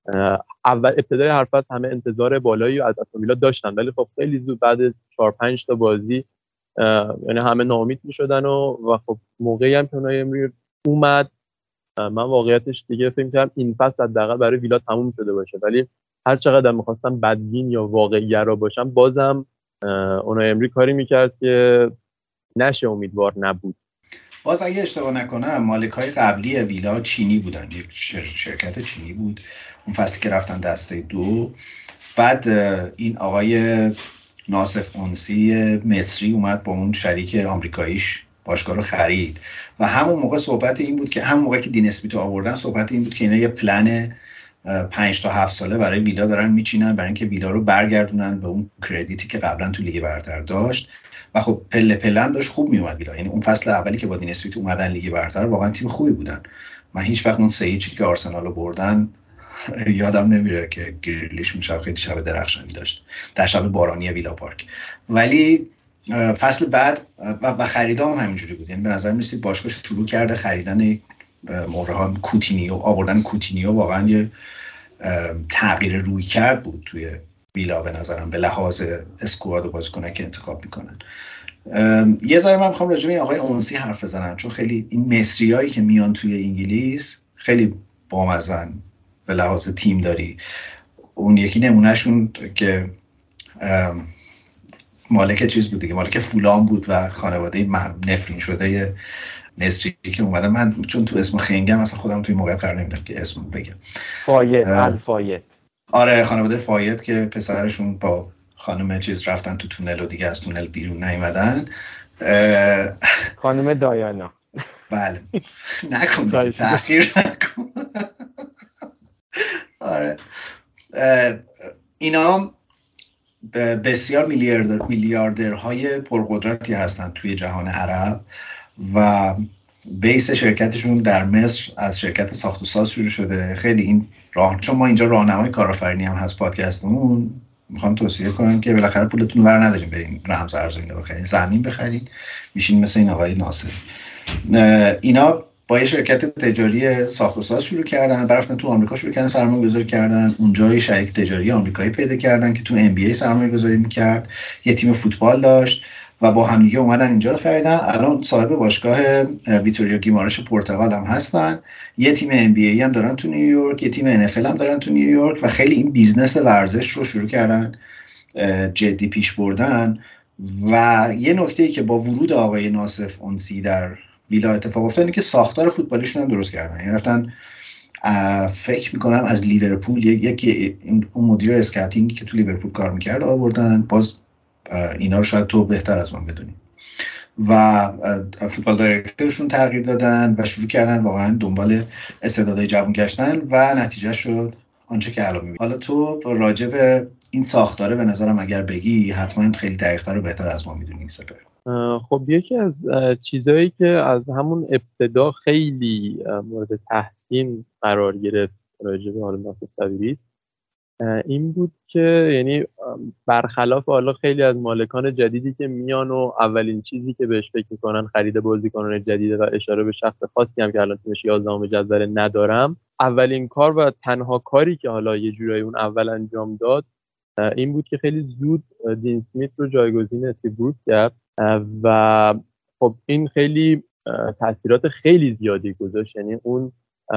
ابتدای هر فصل همه انتظار بالایی از استون ویلا داشتن، ولی خب خیلی زود بعد 4-5 تا بازی یعنی همه ناامید میشدن و خب موقعی هم که اونای امری اومد من واقعیتش دیگه فکر کردم این فصل حداقل برای ویلا تموم شده باشه، ولی هر چقدر می‌خواستم بدبین یا واقع‌گرا باشم بازم اونای امری کاری میکرد که نشه امیدوار نبود. باز اگه اشتباه نکنم مالکای قبلی ویلا چینی بودن، یک شرکت چینی بود اون فصلی که رفتن دسته 2. بعد این آقای ناصف اونسی مصری اومد با اون شریک آمریکاییش باشگاه رو خرید و همون موقع صحبت این بود که همون موقع که دین اسمیتو آوردن صحبت این بود که اینا یه پلن 5 تا 7 ساله برای ویلا دارن میچینن برای اینکه ویلا رو برگردونن به اون کردیتی که قبلا تو لیگ برتر داشت و خب پله پله هم داشت خوب میومد ویلا. یعنی اون فصل اولی که با دین اسمیتو اومدن لیگ برتر واقعا تیم خوبی بودن. من هیچ وقت اون 3-0 که آرسنال رو بردن یادم نمیره که گریلیش اون شب خیلی شب درخشانی داشت در شب بارانی ویلا پارک. ولی فصل بعد و خریدام همینجوری بود. یعنی به نظر میرسید باشگاه شروع کرده خریدن مهره‌ها. کوتینیو آوردن، کوتینیو واقعا یه تغییر روی کرد بود توی ویلا به نظرم به لحاظ اسکواد و بازیکنایی که انتخاب میکنن. یه ذره من میخوام راجع به آقای اونسی حرف بزنم چون خیلی این مصریایی که میان توی انگلیس خیلی بامزن به لحاظ تیم داری. اون یکی نمونهشون که مالک چیز بود دیگه، مالک فولام بود و خانواده نفرین شده مصری که اومده. من چون تو اسم خنگم اصلا خودم توی موقعیت قرار نمیدم که اسم بگم. فایت. آره خانواده فایت که پسرشون با خانم چیز رفتن تو تونل و دیگه از تونل بیرون نیومدن. خانم دایانا. بله نکن تأخیر نکن. آره اینا بسیار میلیاردرهای پرقدرتی هستن توی جهان عرب و بیس شرکتشون در مصر از شرکت ساخت و ساز شروع شده. خیلی این چون ما اینجا راهنمای کارآفرینی هم هست پادکستمون، میخوام توصیه کنم که بالاخره پولتون ور نداریم بریم رمز ارز اینو بخرین، زمین بخرین میشین مثل این آقای ناصر. اینا با یه شرکت تجاری ساخت و ساز شروع کردن، رفتن تو آمریکا شروع کردن سرمایه‌گذاری کردن، اونجا یه شریک تجاری آمریکایی پیدا کردن که تو NBA سرمایه‌گذاری می‌کرد، یه تیم فوتبال داشت و با هم دیگه اومدن اینجا رو خریدن. الان صاحب باشگاه ویتوریو گیمارش پرتغال هم هستن، یه تیم NBA هم دارن تو نیویورک، یه تیم NFL هم دارن تو نیویورک و خیلی این بیزنس ورزش رو شروع کردن جدی پیش بردن. و یه نکته‌ای که با ورود آقای ناصف اونسی در ویلا اتفاق افتاد اینه که ساختار فوتبالیشون هم درست کردن. یعنی رفتن فکر میکنم از لیورپول یکی اون مدیر اسکاوتینگی که تو لیورپول کار میکرد آوردن. باز اینا رو شاید تو بهتر از من بدونی. و فوتبال دایرکتورشون تغییر دادن و شروع کردن واقعا دنبال استعدادهای جوان گشتن و نتیجه شد آنچه که الان میبینی. حالا تو راجع به این ساختاره به نظرم اگر بگی حتما خیلی دقیق‌تر و بهتر از ما میدونی. سپر خب یکی از چیزهایی که از همون ابتدا خیلی مورد تحسین قرار گرفت راجع به حال ناصف صدیقی این بود که یعنی برخلاف حالا خیلی از مالکان جدیدی که میان و اولین چیزی که بهش فکر میکنن خرید بازیکنان جدیده و اشاره به شخص خاصی هم که الان تیمش 11ام جدول ندارم، اولین کار و تنها کاری که حالا یه جورایی اون اول انجام داد این بود که خیلی زود دین اسمیت رو جایگزین استیو بروس کرد و خب این خیلی تاثیرات خیلی زیادی گذاشت. یعنی اون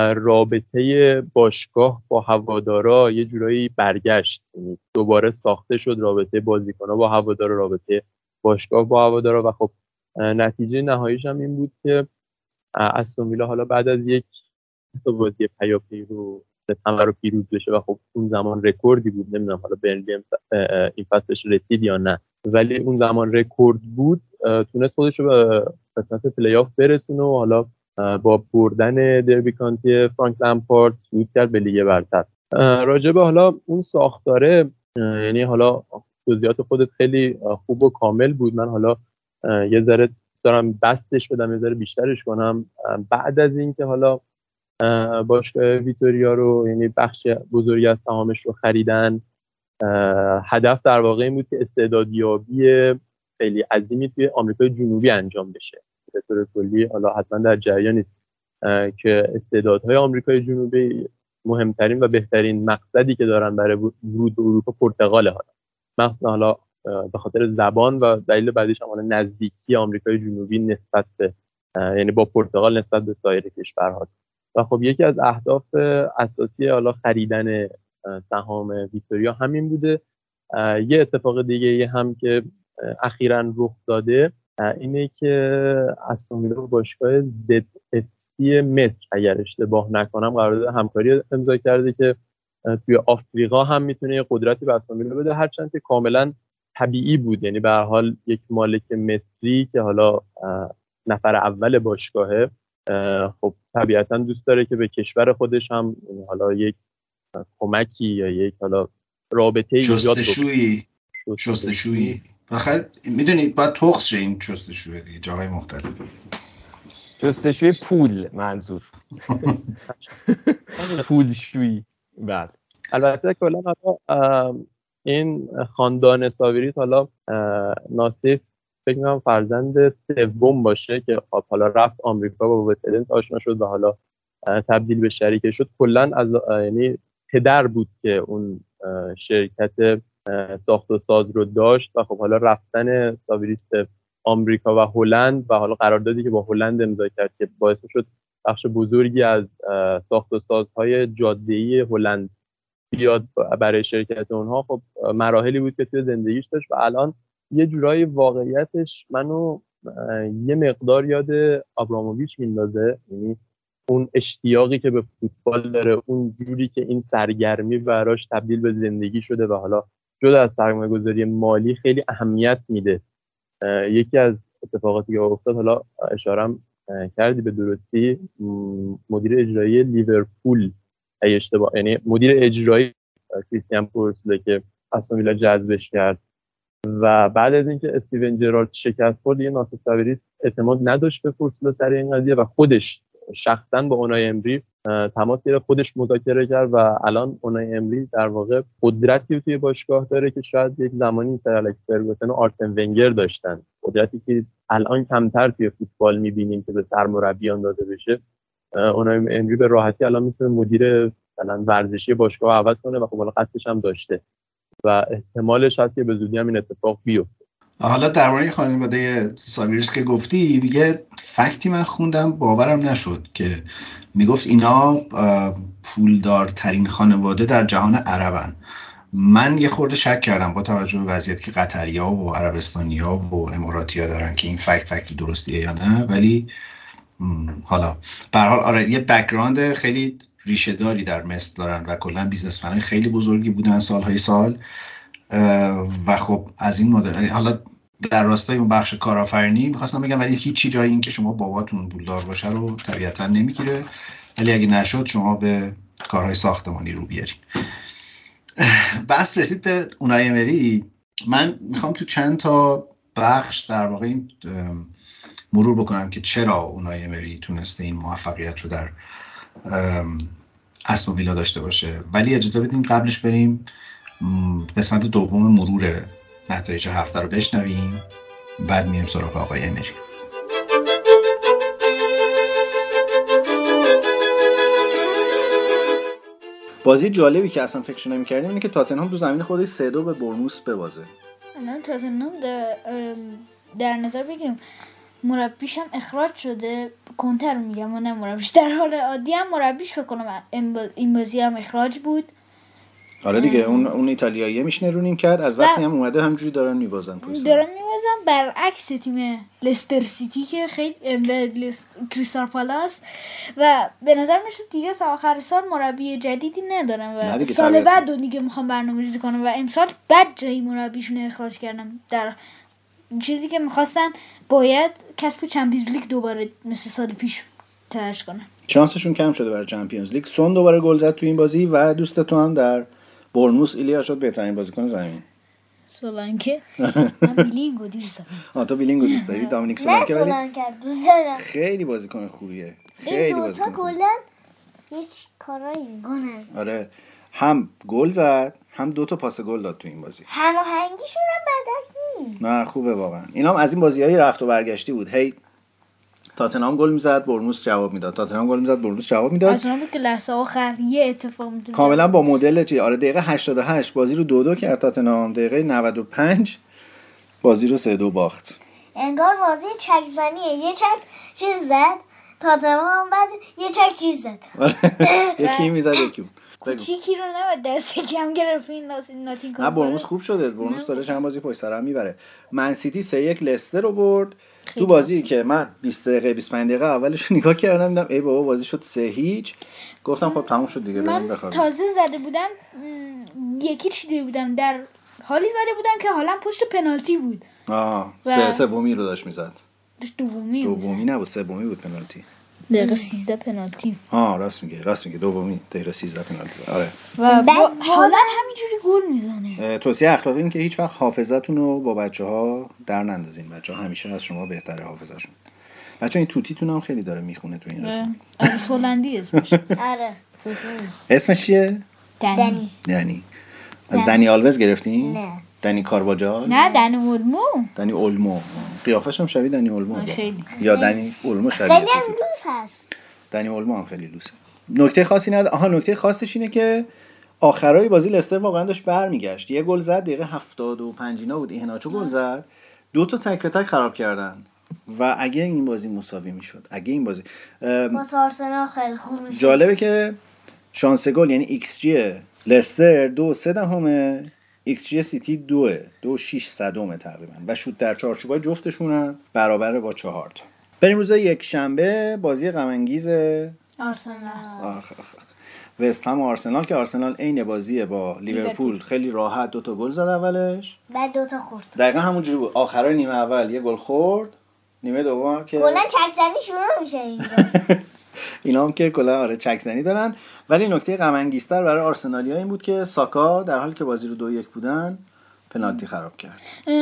رابطه باشگاه با هوادارا یه جورایی برگشت، یعنی دوباره ساخته شد رابطه بازیکن‌ها با هوادارا، رابطه باشگاه با هوادارا و خب نتیجه نهاییش هم این بود که استون ویلا حالا بعد از یک بازی پیاپی رو ستمبر رو پیروز بشه و خب اون زمان رکوردی بود، نمیدونم حالا برنلی این فصلش رسید یا نه، ولی اون زمان رکورد بود، تونست خودش رو به قسمت پلی آف برسونه و حالا با بردن دربی کانتی فرانک لمپارد صعود کرد به لیگ برتر. راجع به حالا اون ساختاره، یعنی حالا جزئیات خودت خیلی خوب و کامل بود، من حالا یه ذره دارم بستش بدم، یه ذره بیشترش کنم. بعد از این که حالا باشگاه ویتوریا رو، یعنی بخش بزرگی از سهامش رو خریدن، هدف در واقع این بود که استعدادیابی خیلی عظیمی توی آمریکای جنوبی انجام بشه. به طور کلی حالا حتما در جریانید که استعدادهای آمریکای جنوبی مهمترین و بهترین مقصدی که دارن برای ورود به اروپا پرتغال، حالا به خاطر زبان و دلیل بعدیش هم نزدیکی آمریکای جنوبی نسبت به یعنی با پرتغال نسبت به سایر کشورها. و خب یکی از اهداف اساسی حالا خریدن سهام ویکتوریا همین بوده. یه اتفاق دیگه هم که اخیراً رخ داده اینه که استون ویلا با باشگاه ZFC مصر اگر اشتباه نکنم قرارداد همکاری امضا کرده که توی آفریقا هم میتونه یه قدرتی به استون ویلا بده، هرچند که کاملا طبیعی بود. یعنی به هر حال یک مالک مصری که حالا نفر اول باشگاهه، خب طبیعتا دوست داره که به کشور خودش هم حالا یک کمکی یا یک حالا رابطه ایجاد بکنه. شستشویی بخیر میدونید باید تخص شه این شستشویی دیگه جاهای مختلف. شستشوی پول منظور پولشویی. بله البته کلا این خاندان ساویریس حالا ناصف فکر می‌کنم فرزند سوم باشه که حالا رفت آمریکا با وستلند آشنا شد و حالا تبدیل به شریک شد. کلا از یعنی پدر بود که اون شرکت ساخت و ساز رو داشت و خب حالا رفتن ساویریس به آمریکا و هلند و حالا قراردادی که با هلند امضا کرد که باعث شد بخش بزرگی از ساخت و سازهای جاده‌ای هلند بیاد برای شرکت اونها، خب مراحلی بود که توی زندگیش داشت و الان یه جورایی واقعیتش منو یه مقدار یاد آبراموویچ میندازه. یعنی اون اشتیاقی که به فوتبال داره، اون جوری که این سرگرمی براش تبدیل به زندگی شده و حالا جدا از سرمایه‌گذاری مالی خیلی اهمیت میده. یکی از اتفاقاتی که افتاد، حالا اشارم کردی به درستی، مدیر اجرایی لیورپول یعنی مدیر اجرایی کریستیان پورسله که استون ویلا جذبش کرد و بعد از اینکه استیون جرارد شکست خورد دیگه ناصر ساویریس اعتماد نداشت به پورسله سر این قضیه و خودش شخصا با اونای امری تماس گرفت، خودش مذاکره کرد و الان اونای امری در واقع قدرتی توی باشگاه داره که شاید یک زمانی سر الکس فرگوسن و آرسن ونگر داشتن، قدرتی که الان کمتر توی فوتبال می‌بینیم که به سرمربیان داده بشه. اونای امری به راحتی الان میتونه مدیر مثلا ورزشی باشگاه عوض کنه و خب حالا قصدش هم داشته و احتمالش هست که به زودی هم این اتفاق بیفته. حالا درباره خانواده ساویریس که گفتی، یه فکتی من خوندم باورم نشد که میگفت اینا پولدارترین خانواده در جهان عربن. من یه خورده شک کردم با توجه به وضعیتی که قطری‌ها و عربستانی‌ها و اماراتی‌ها دارن که این فکت درستیه یا نه، ولی حالا به هر حال آره یه بک‌گراند خیلی ریشه داری در مصر دارن و کلا بیزنسمن‌های خیلی بزرگی بودن سالهای سال و خب از این مدل. حالا در راستای اون بخش کارآفرینی می‌خواستم بگم ولی هیچی جای این که شما باباتون پولدار باشه رو طبیعتاً نمیگیره، ولی اگه نشد شما به کارهای ساختمانی رو بیارین. بس رسید به اونای امری. من میخوام تو چند تا بخش در واقع این مرور بکنم که چرا اونای امری تونسته این موفقیت رو در استون ویلا داشته باشه. ولی اجازه بدیم قبلش بریم قسمت دوم مرور نتایج هفته رو بشنویم، بعد میایم سراغ آقای امری. بازی جالبی که اصلا فکرش نمی‌کردیم اینه که تاتنهام تو زمین خودش 3-2 به برنموث ببازه. الان تاتنهام در نظر بگیریم مربیش هم اخراج شده، کنتر میگم و نه مربیش، در حال عادی هم مربیش فکر کنم این بازی هم اخراج بود. آره دیگه اون ایتالیاییه میشنه رو نیمکت، از وقتی هم اومده همجوری دارن میبازن برعکس تیم لستر سیتی که خیلی کریستال پالاس و به نظر میشه دیگه تا آخر سال مربی جدیدی ندارن و سال بعد دیگه میخوام برنامه‌ریزی کنم و امسال بعد جایی مربیشون اخراج کردم. در چیزی که میخواستن باید کسب چمپیونز لیگ دوباره مثل سال پیش تلاش کنن. شانسشون کم شده برای چمپیونز لیگ. سون دوباره گل زد تو این بازی و دوستتون هم در برنموث ایلیا شد بهترین بازیکن زمین. سولانکه من بیلینگو دوست دارم. تو بیلینگو دوست داری؟ دامینیک سولانکه ولی دوست دارم. خیلی بازیکن خوبیه. خیلی بازیکن. این دو تا کلا هیچ کارایی میکنن. آره، هم گل زد، هم 2 تا پاس گل داد تو این بازی. هماهنگیشون هم بدش نیست. نه خوبه واقعا. اینا هم از این بازی‌های رفت و برگشتی بود. هی تاتنهام گل میزد، برنموث جواب میداد. تاتنهام گل میزد، برنموث جواب میداد. اصلا بود که لحظه آخر یه اتفاق میفته. کاملا با مدل چی؟ آره دقیقه 88 بازی رو 2-2 کرد تاتنهام، دقیقه 95 بازی رو 3-2 باخت. انگار بازی چک زنیه، یه چک چیز زد، تاتنهام بعد یه چک چیز زد. یکی میزد یکی. کوچیکی رو نباید دست کم گرفت این ناتینگ. نه برنموث خوب شده، برنموث داره چند بازی پشت سر هم میبره. من سیتی 3-1 لستر رو برد. تو بازی که من 20 دقیقه 25 دقیقه اولش رو نگاه کردم دیدم ای بابا بازی شد 3-0. گفتم خب تموم شد دیگه بریم بخوابیم. تازه زده بودم یکی چیده بودم در حالی زده بودم که حالا پشت پنالتی بود. سومی رو داشت میزد. دومی نبود، سومی بود پنالتی. دقیقه 13 پنالتی. راست میگه دومی دقیقه 13 پنالتی. آره. و حالا همینجوری گل میزنه. توصیه اخلاقی این که هیچ وقت حافظتون رو با بچه‌ها در نندازین. بچه‌ها همیشه از شما بهتره حافظه‌شون. بچه‌ها این توتیتون هم خیلی داره میخونه تو این قسمت. هلندی اسمش. آره توتی. اسمش چیه؟ دنی. از دنی آلوز گرفتین؟ نه. دنی کارواجال؟ نه دنی اولمو. قیافش هم شبیه دنی اولمو. خیلی. یا دنی اولمو شبیه. خیلی هم لوس هست. دنی اولمو هم خیلی لوسه. نکته خاصی نداره. نکته خاصش اینه که آخرای بازی لستر واقعا داشت برمیگشت. یه گل زد دقیقه 75 اینا بود. اینهاچو گل زد. 2 تا تک به تک خراب کردن. و اگه این بازی مساوی میشد، اگه این بازی واسه آرسنال خیلی خوب میشد. جالبه که شانس گل یعنی ایکس جی لستر 2.3 ایکس جی سیتی 2.6 تقریبا و شوت در چارچوبای جفتشون هم برابره با 4 تا. بریم روز یک شنبه بازی غم انگیز آرسنال وست هم آرسنال که آرسنال عین بازی با لیورپول خیلی راحت 2 تا گل زد اولش، بعد 2 تا خورد. دقیقاً همونجوری بود. آخرای نیمه اول یه گل خورد، نیمه دوم که کلا چک زنی شروع میشه اینا هم که کلا آره چک زنی دارن. ولی نکته غم انگیزتر برای آرسنالیا این بود که ساکا در حالی که بازی رو 2-1 بودن پنالتی خراب کرد.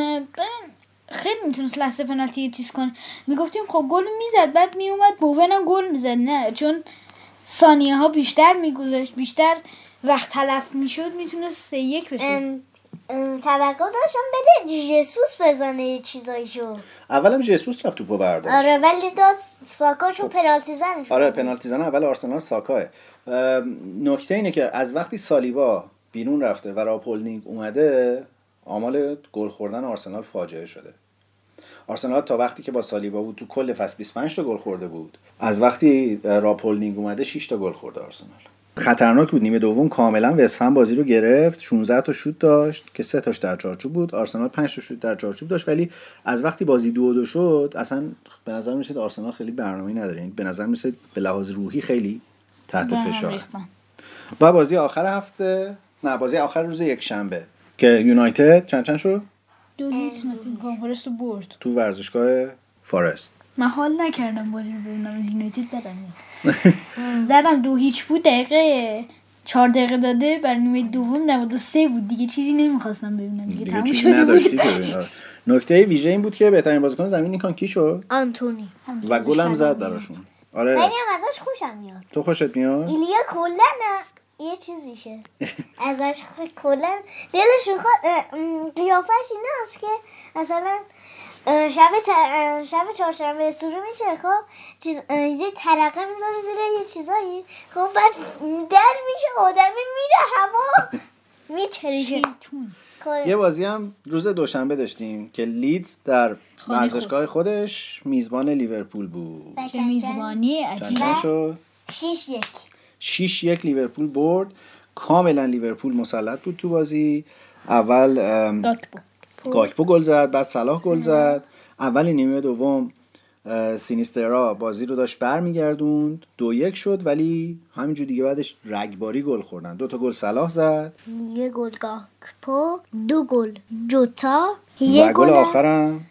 خیلی میتونست لحظه پنالتی چیز کنه. میگفتیم خب گل میزد، بعد میومد بوون هم گل میزد. نه، چون ثانیه ها بیشتر میگذاشت، بیشتر وقت تلف میشد، میتونست 3-1 بشه. توقع داشتم بده ژسوس بزنه یه چیزایشو. اولم ژسوس رفت توپو برداشت. آره ولی داد ساکا چون پنالتی زن شد. آره پنالتی زن اول آرسنال ساکاه. نکته اینه که از وقتی سالیبا بیرون رفته و راپولنینگ اومده آمال گل خوردن آرسنال فاجعه شده. آرسنال تا وقتی که با سالیبا بود تو کل فصل 25 تا گل خورده بود. از وقتی راپولنینگ اومده 6 تا گل خورده آرسنال. خطرناک بود. نیمه دوم کاملا وست هم بازی رو گرفت. 16 تا شوت داشت که 3 تاش در چارچوب بود. آرسنال 5 تا شوت در چارچوب داشت، ولی از وقتی بازی 2-2 شد اصلا به نظر میاد آرسنال خیلی برنامه‌ای نداره. یعنی به نظر میاد به لحاظ روحی خیلی تحت فشاره. و بازی آخر هفته، نه بازی آخر روز یک شنبه که یونایتد چند شد؟ 2-0 ناتینگهام فارست رو برد تو ورزشگاه فارست. من حال نکردم بازی رو ببینم، یونایتد بدم زدم 2-0 بود. دقیقه 4 دقیقه داده بر نیمه دوم 93 بود دیگه. چیزی نمیخواستم ببینم دیگه، تموم شده بود. نکته ویژه این بود که بهترین بازیکن زمین نیکان کی شد؟ آنتونی. و گل هم زد براشون. آره خیلی هم ازش خوشم میاد. تو خوشت میاد؟ ایلیا کلا یه چیزیشه ازش کلا دلش میخواد قیافش ایناست که مثلا شب چهارشنبه سوری میشه خب یه ترقه میذاره زیر یه چیزایی خب بعد در میشه آدمی میره هوا میتریشه. یه بازی هم روز دوشنبه داشتیم که لیدز در ورزشگاه خودش میزبان لیورپول بود. چه میزبانی عجیبه شد. 6-1 لیورپول برد. کاملا لیورپول مسلط بود تو بازی. اول گاکپو گل زد، بعد صلاح گل زد. اول نیمه دوم سینیسترا بازی رو داشت برمیگردوند، 2-1 شد، ولی همینجور دیگه بعدش رگباری گل خوردن. 2 تا گل صلاح زد، 1 گل گاکپو، 2 گل جوتا، و گل آخرم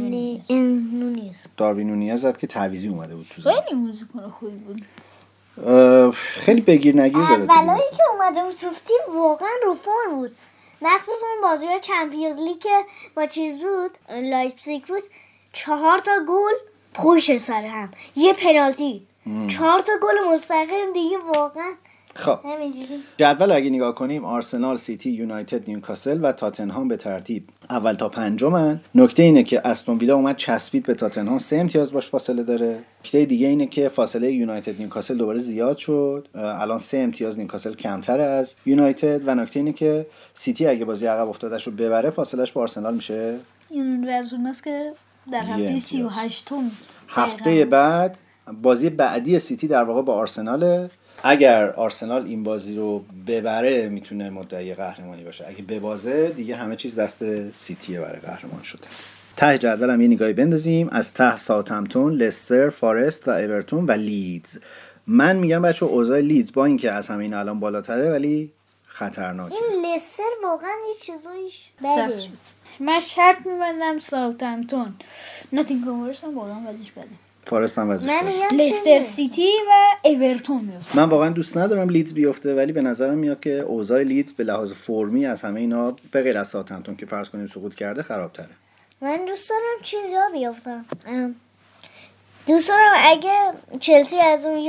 داروین نونیز زد که تعویضی اومده بود تو زمین. خیلی موزیکون خوبی بود. خیلی بگیر نگیر داره. اولایی که اومده بود تو تیم واقعا رو فرم بود، مخصوصا اون بازی‌های چمپیونز لیگ که با چیز بود، لایپزیگ بود، 4 تا گل پشت سر هم، یه پنالتی، 4 تا گل مستقیم دیگه. واقعا خب همینجوری جدول اگه نگاه کنیم آرسنال، سیتی، یونایتد، نیوکاسل و تاتنهام به ترتیب اول تا پنجمن. نکته اینه که استون ویلا اومد چسبید به تاتنهام، 3 امتیاز باش فاصله داره. نکته دیگه اینه که فاصله یونایتد نیوکاسل دوباره زیاد شد، الان 3 امتیاز نیوکاسل کمتر از یونایتد. و نکته اینه که سیتی اگه بازی عقب افتادهشو ببره فاصلهش با آرسنال میشه این ورزوناست که در هفته 38 هفته بعد بازی بعدی سیتی در واقع با آرسناله. اگر آرسنال این بازی رو ببره میتونه مدعی قهرمانی باشه، اگه ببازه دیگه همه چیز دست سیتیه برای قهرمان شده. ته جدول هم یه نگاهی بندازیم. از ته ساوثهمپتون، لستر، فارست و اورتون و لیدز. من میگم بچه اوضاع لیدز با اینکه از همین الان بالاتره ولی خطرناکه. این لستر واقعا یه چیزایش بده. من شرط میبندم ساوثهمپتون، ناتینگهام هم واقعا وضعش بده. فارست هم وضعش بده. لستر سیتی و اورتون میفته. من واقعا دوست ندارم لیدز بیفته، ولی به نظرم میاد که اوضاع لیدز به لحاظ فرمی از همه اینا به غیر از ساوثهمپتون که فرض کنیم سقوط کرده خرابتره. من دوست دارم چیزا بیفتم. دوست دارم اگه چلسی از اون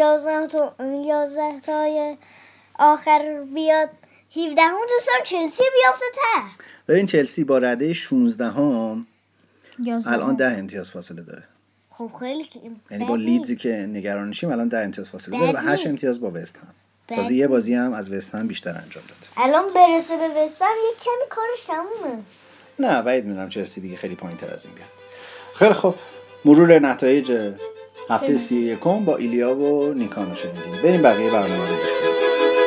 11 تای آخر بیاد 17 هم دوست دارم چلسی بیافته ته. ببین چلسی با رده 16 هم الان 10 امتیاز فاصله داره. خب خیلی یعنی با لیدزی که نگرانشیم الان 10 امتیاز فاصله داره و 8 امتیاز با وست هم. تازه یه بازی هم از وست هم بیشتر انجام داد. الان برسه به وست هم یک کمی کارش تمومه. نه بعید میدونم چلسی دیگه خیلی پایین‌تر از این بیاد. خیلی خب مرور نتایج هفته 31 با ایلیا و نیکانو شنیدیم. بریم بقیه برنامه رو گوش کنیم.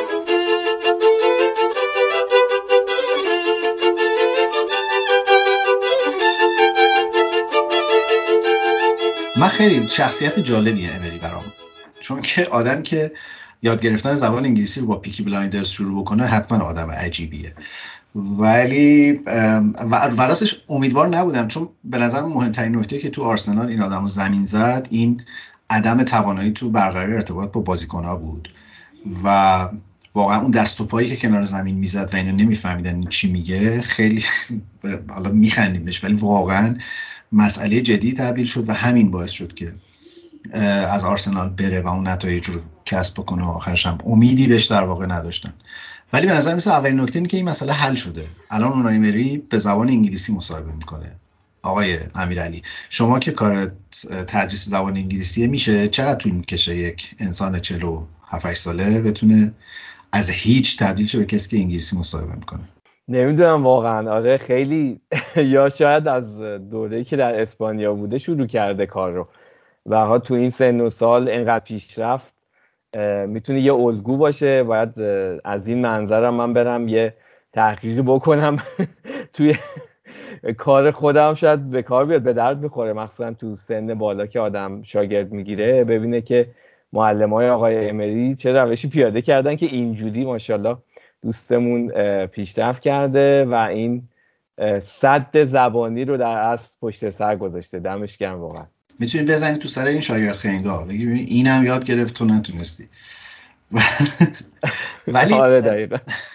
من خیلی شخصیت جالبیه امری برام، چون که آدم که یاد گرفتن زبان انگلیسی رو با پیکی بلایندرز شروع بکنه حتما آدم عجیبیه، ولی و راستش امیدوار نبودم، چون به نظر مهمترین نکته که تو آرسنال این آدمو زمین زد این عدم توانایی تو برقراری ارتباط با بازیکن‌ها بود و واقعا اون دست و پایی که کنار زمین میزد و اینا نمیفهمیدن این چی میگه. خیلی حالا میخندیم بهش ولی واقعا مسئله جدی تبدیل شد و همین باعث شد که از آرسنال بره و اون نتایج رو کسب بکنه و آخرش هم امیدی بهش در واقع نداشتن. ولی به نظر میاد اولین نکته اینه که این مسئله حل شده. الان اونای امری به زبان انگلیسی مصاحبه میکنه. آقای امیرعلی شما که کار تدریس زبان انگلیسیه، میشه چقدر طول میکشه یک انسان 47 ساله بتونه از هیچ تبدیل شه به کسی که انگلیسی مصاحبه میکنه؟ نمیدونم واقعا. آره خیلی یا شاید از دوره‌ای که در اسپانیا بوده شروع کرده کار رو و ها تو این سن و سال اینقدر پیشرفت میتونه یه الگو باشه. باید از این منظرم من برم یه تحقیقی بکنم توی کار خودم، شاید به کار بیاد، به درد میخوره، مخصوصا تو سن بالا که آدم شاگرد میگیره، ببینه که معلمای آقای امری چه روشی پیاده کردن که اینجوری ماشاءالله دوستمون پیشرفت کرده و این سد زبانی رو در اصل پشت سر گذاشته. دمش گرم واقعا. میتونی بزنی تو سر این شاگرد خنگا بگی اینم یاد گرفت تو نتونستی. ولی آره دقیقاً.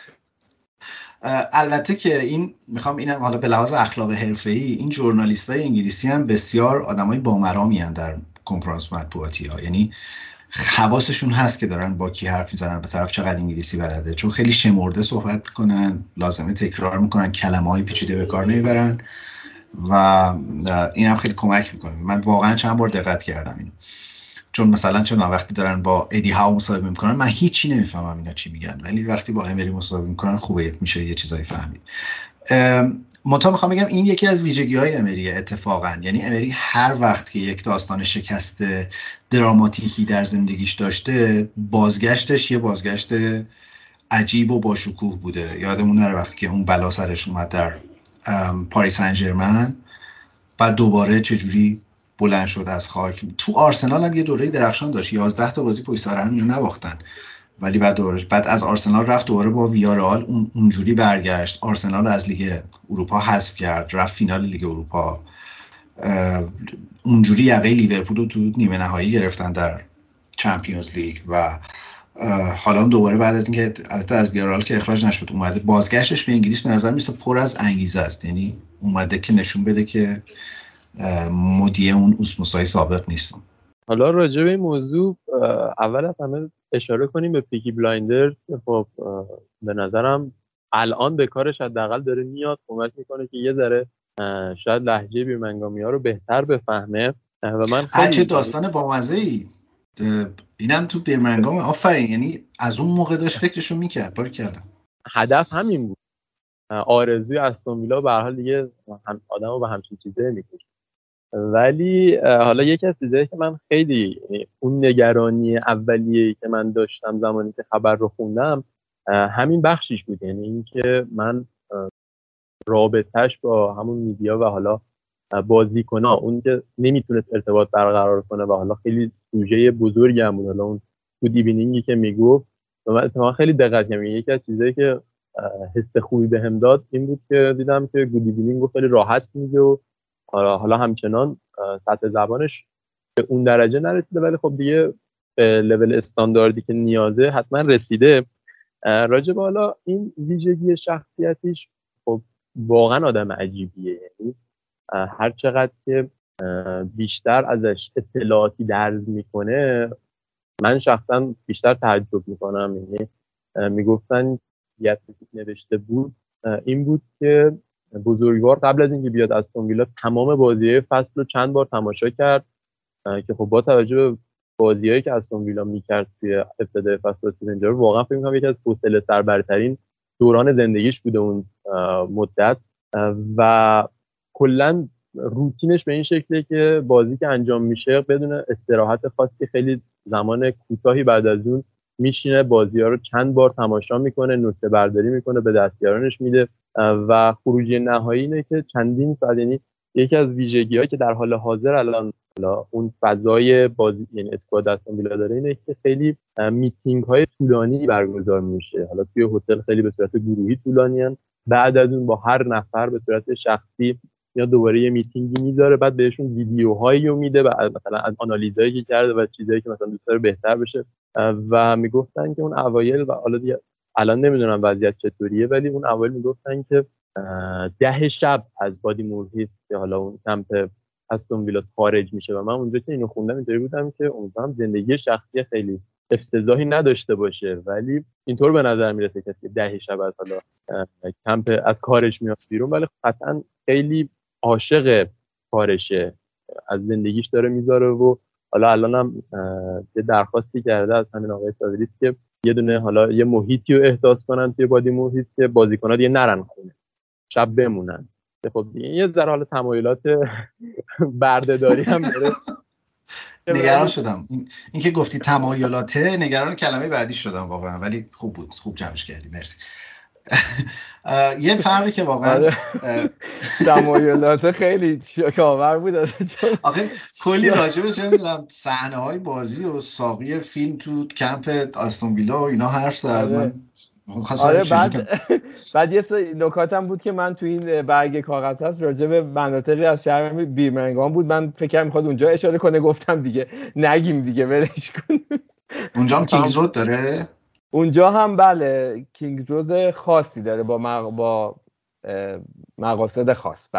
البته که این میخوام اینم حالا به لحاظ اخلاق حرفه‌ای این ژورنالیستای انگلیسی هم بسیار آدمای بامرامی ان در کنفرانس مطبوعاتی‌ها، یعنی حواسشون هست که دارن با کی حرف میزنن، به طرف چقدر انگلیسی بلده، چون خیلی شمرده صحبت میکنن، لازمه تکرار میکنن، کلمه‌های پیچیده به کار نمیبرن و این هم خیلی کمک میکنه. من واقعا چند بار دقت کردم اینو، چون مثلا چون وقتی دارن با ادی هاو مصاحبه میکنن من هیچی نمیفهمم اینا چی میگن، ولی وقتی با امری مصاحبه میکنن خوبه، میشه یه چیزایی فهمید. منتها میخوام بگم این یکی از ویژگی‌های امریه اتفاقا، یعنی امری هر وقت که یک داستان شکست دراماتیکی در زندگیش داشته، بازگشتش یه بازگشت عجیب و با شکوه بوده. یادمون نره وقتی که اون بلا سرش اومد در پاریس سن ژرمن، بعد دوباره چجوری بلند شد از خاک. تو آرسنال هم یه دوره درخشان داشت، 11 تا بازی پشت سر هم نباختن، ولی بعد از آرسنال رفت دوباره با ویارال اونجوری برگشت، آرسنال از لیگ اروپا حذف کرد، رفت فینال لیگ اروپا، اونجوری یقه لیورپول رو تو نیمه نهایی گرفتن در چمپیونز لیگ و حالا دوباره بعد از اینکه البته از ویارال که اخراج نشد اومده، بازگشتش به انگلیس به نظر میاد پر از انگیزه است، یعنی اومده که نشون بده که مدیه اون اوسموسای سابق نیستم. حالا راجع به این موضوع اول از همه اشاره کنیم به پیکی بلایندرز. خب به نظرم الان به کارش حداقل داره میاد، کمک میکنه که یه ذره شاید لهجه بیرمنگامیا رو بهتر بفهمه و من چه داستان بامزه‌ای. اینم تو بیرمنگام، آفرین، یعنی از اون موقع داشت فکرشو میکرد. باریکلا. هدف همین بود، آرزوی استون ویلا به هر حال دیگه آدمو به همچین چیزایی میکشه. ولی حالا یکی از چیزایی که من خیلی اون نگرانی اولیه‌ای که من داشتم زمانی که خبر رو خوندم همین بخشیش بود، یعنی اینکه من رابطه‌اش با همون میدیا و حالا بازیکن‌ها، اون که نمیتونست ارتباط برقرار کنه و حالا خیلی سوژه بزرگی هم بود، حالا اون گود ایونینگی که میگفت و من اتفاقا خیلی دقت کردم. یکی از چیزایی که حس خوبی بهم داد این بود که دیدم که گود ایونینگو خیلی راحت میگه و حالا همچنان سطح زبانش به اون درجه نرسیده، ولی خب دیگه به لول استانداردی که نیازه حتما رسیده. راجع به حالا این ویژگی شخصیتیش، خب واقعا آدم عجیبیه، یعنی هر چقدر که بیشتر ازش اطلاعاتی درز میکنه من شخصا بیشتر تعجب میکنم. یعنی میگفتن یه نوشته بود این بود که بزرگوار قبل از اینکه بیاد استون ویلا تمام بازی‌های فصل رو چند بار تماشا کرد که خب با توجه به بازی‌هایی که استون ویلا می‌کرد توی ابتدای فصل اینجا واقعا فکر می‌کنم یکی از حوصله سربرترین دوران زندگیش بوده اون مدت و کلاً روتینش به این شکلیه که بازی که انجام میشه بدون استراحت خاصی خیلی زمان کوتاهی بعد از اون میشینه بازی‌ها رو چند بار تماشا میکنه، نکته برداری میکنه، به دستیارانش میده و خروجی نهایی اینه که چندین ساعت، یعنی یکی از ویژگی‌هایی که در حال حاضر الان اون فضای بازی یعنی اسکواد استون ویلا داره اینه که خیلی میتینگ‌های طولانی برگزار میشه. حالا توی هتل خیلی به صورت گروهی طولانیان، بعد از اون با هر نفر به صورت شخصی یا دوباره یه میتینگی میذاره، بعد بهشون ویدیوهایی رو میده و مثلا از آنالیزایی که کرده و چیزایی که مثلا دوست داره بهتر بشه و میگفتن که اون اوایل و حالا دیگه الان نمیدونم وضعیت چطوریه، ولی اون اوایل میگفتن که 10 شب از بادی مورهیت که حالا اون کمپ استون ویلا خارج میشه و من اونجا که اینو خوندم اینطوری بودم که امیدوارم زندگی شخصی خیلی افتضاحی نداشته باشه، ولی اینطور به نظر میرسه که 10 شب از حالا کمپ از کارش میاد بیرون، ولی قطعا خیلی عاشق کارشه، از زندگیش داره میذاره و حالا الانم یه درخواستی کرده از همین آقای ساویلیس که یه دونه حالا یه محیطی رو احداث کنن توی بادی محیط که بازیکن‌ها دیگه نرن خونه، شب بمونن. خب یه ذره حالا تمایلات برده‌داری هم داره. نگران شدم این که گفتی تمایلاته، نگران کلمه بعدی شدم واقعا، ولی خوب بود، خوب جمعش کردی، مرسی. یه فرقی که واقعا تمایلات خیلی شاکاور بود آخه کلی راجبه چه میدونم صحنه‌های بازی و ساقی فیلم تو کمپ استون ویلا و اینا حرف زد. من آره بعد یه نکاتم بود که من تو این برگ کاغذ هست راجع به مناطقی از شهر بیرمنگام بود، من فکر کردم میخواد اونجا اشاره کنه، گفتم دیگه نگیم دیگه ولش کن. اونجا هم کینگز رود داره؟ اونجا هم بله کینگز رود خاصی داره با مقاصد خاص. بله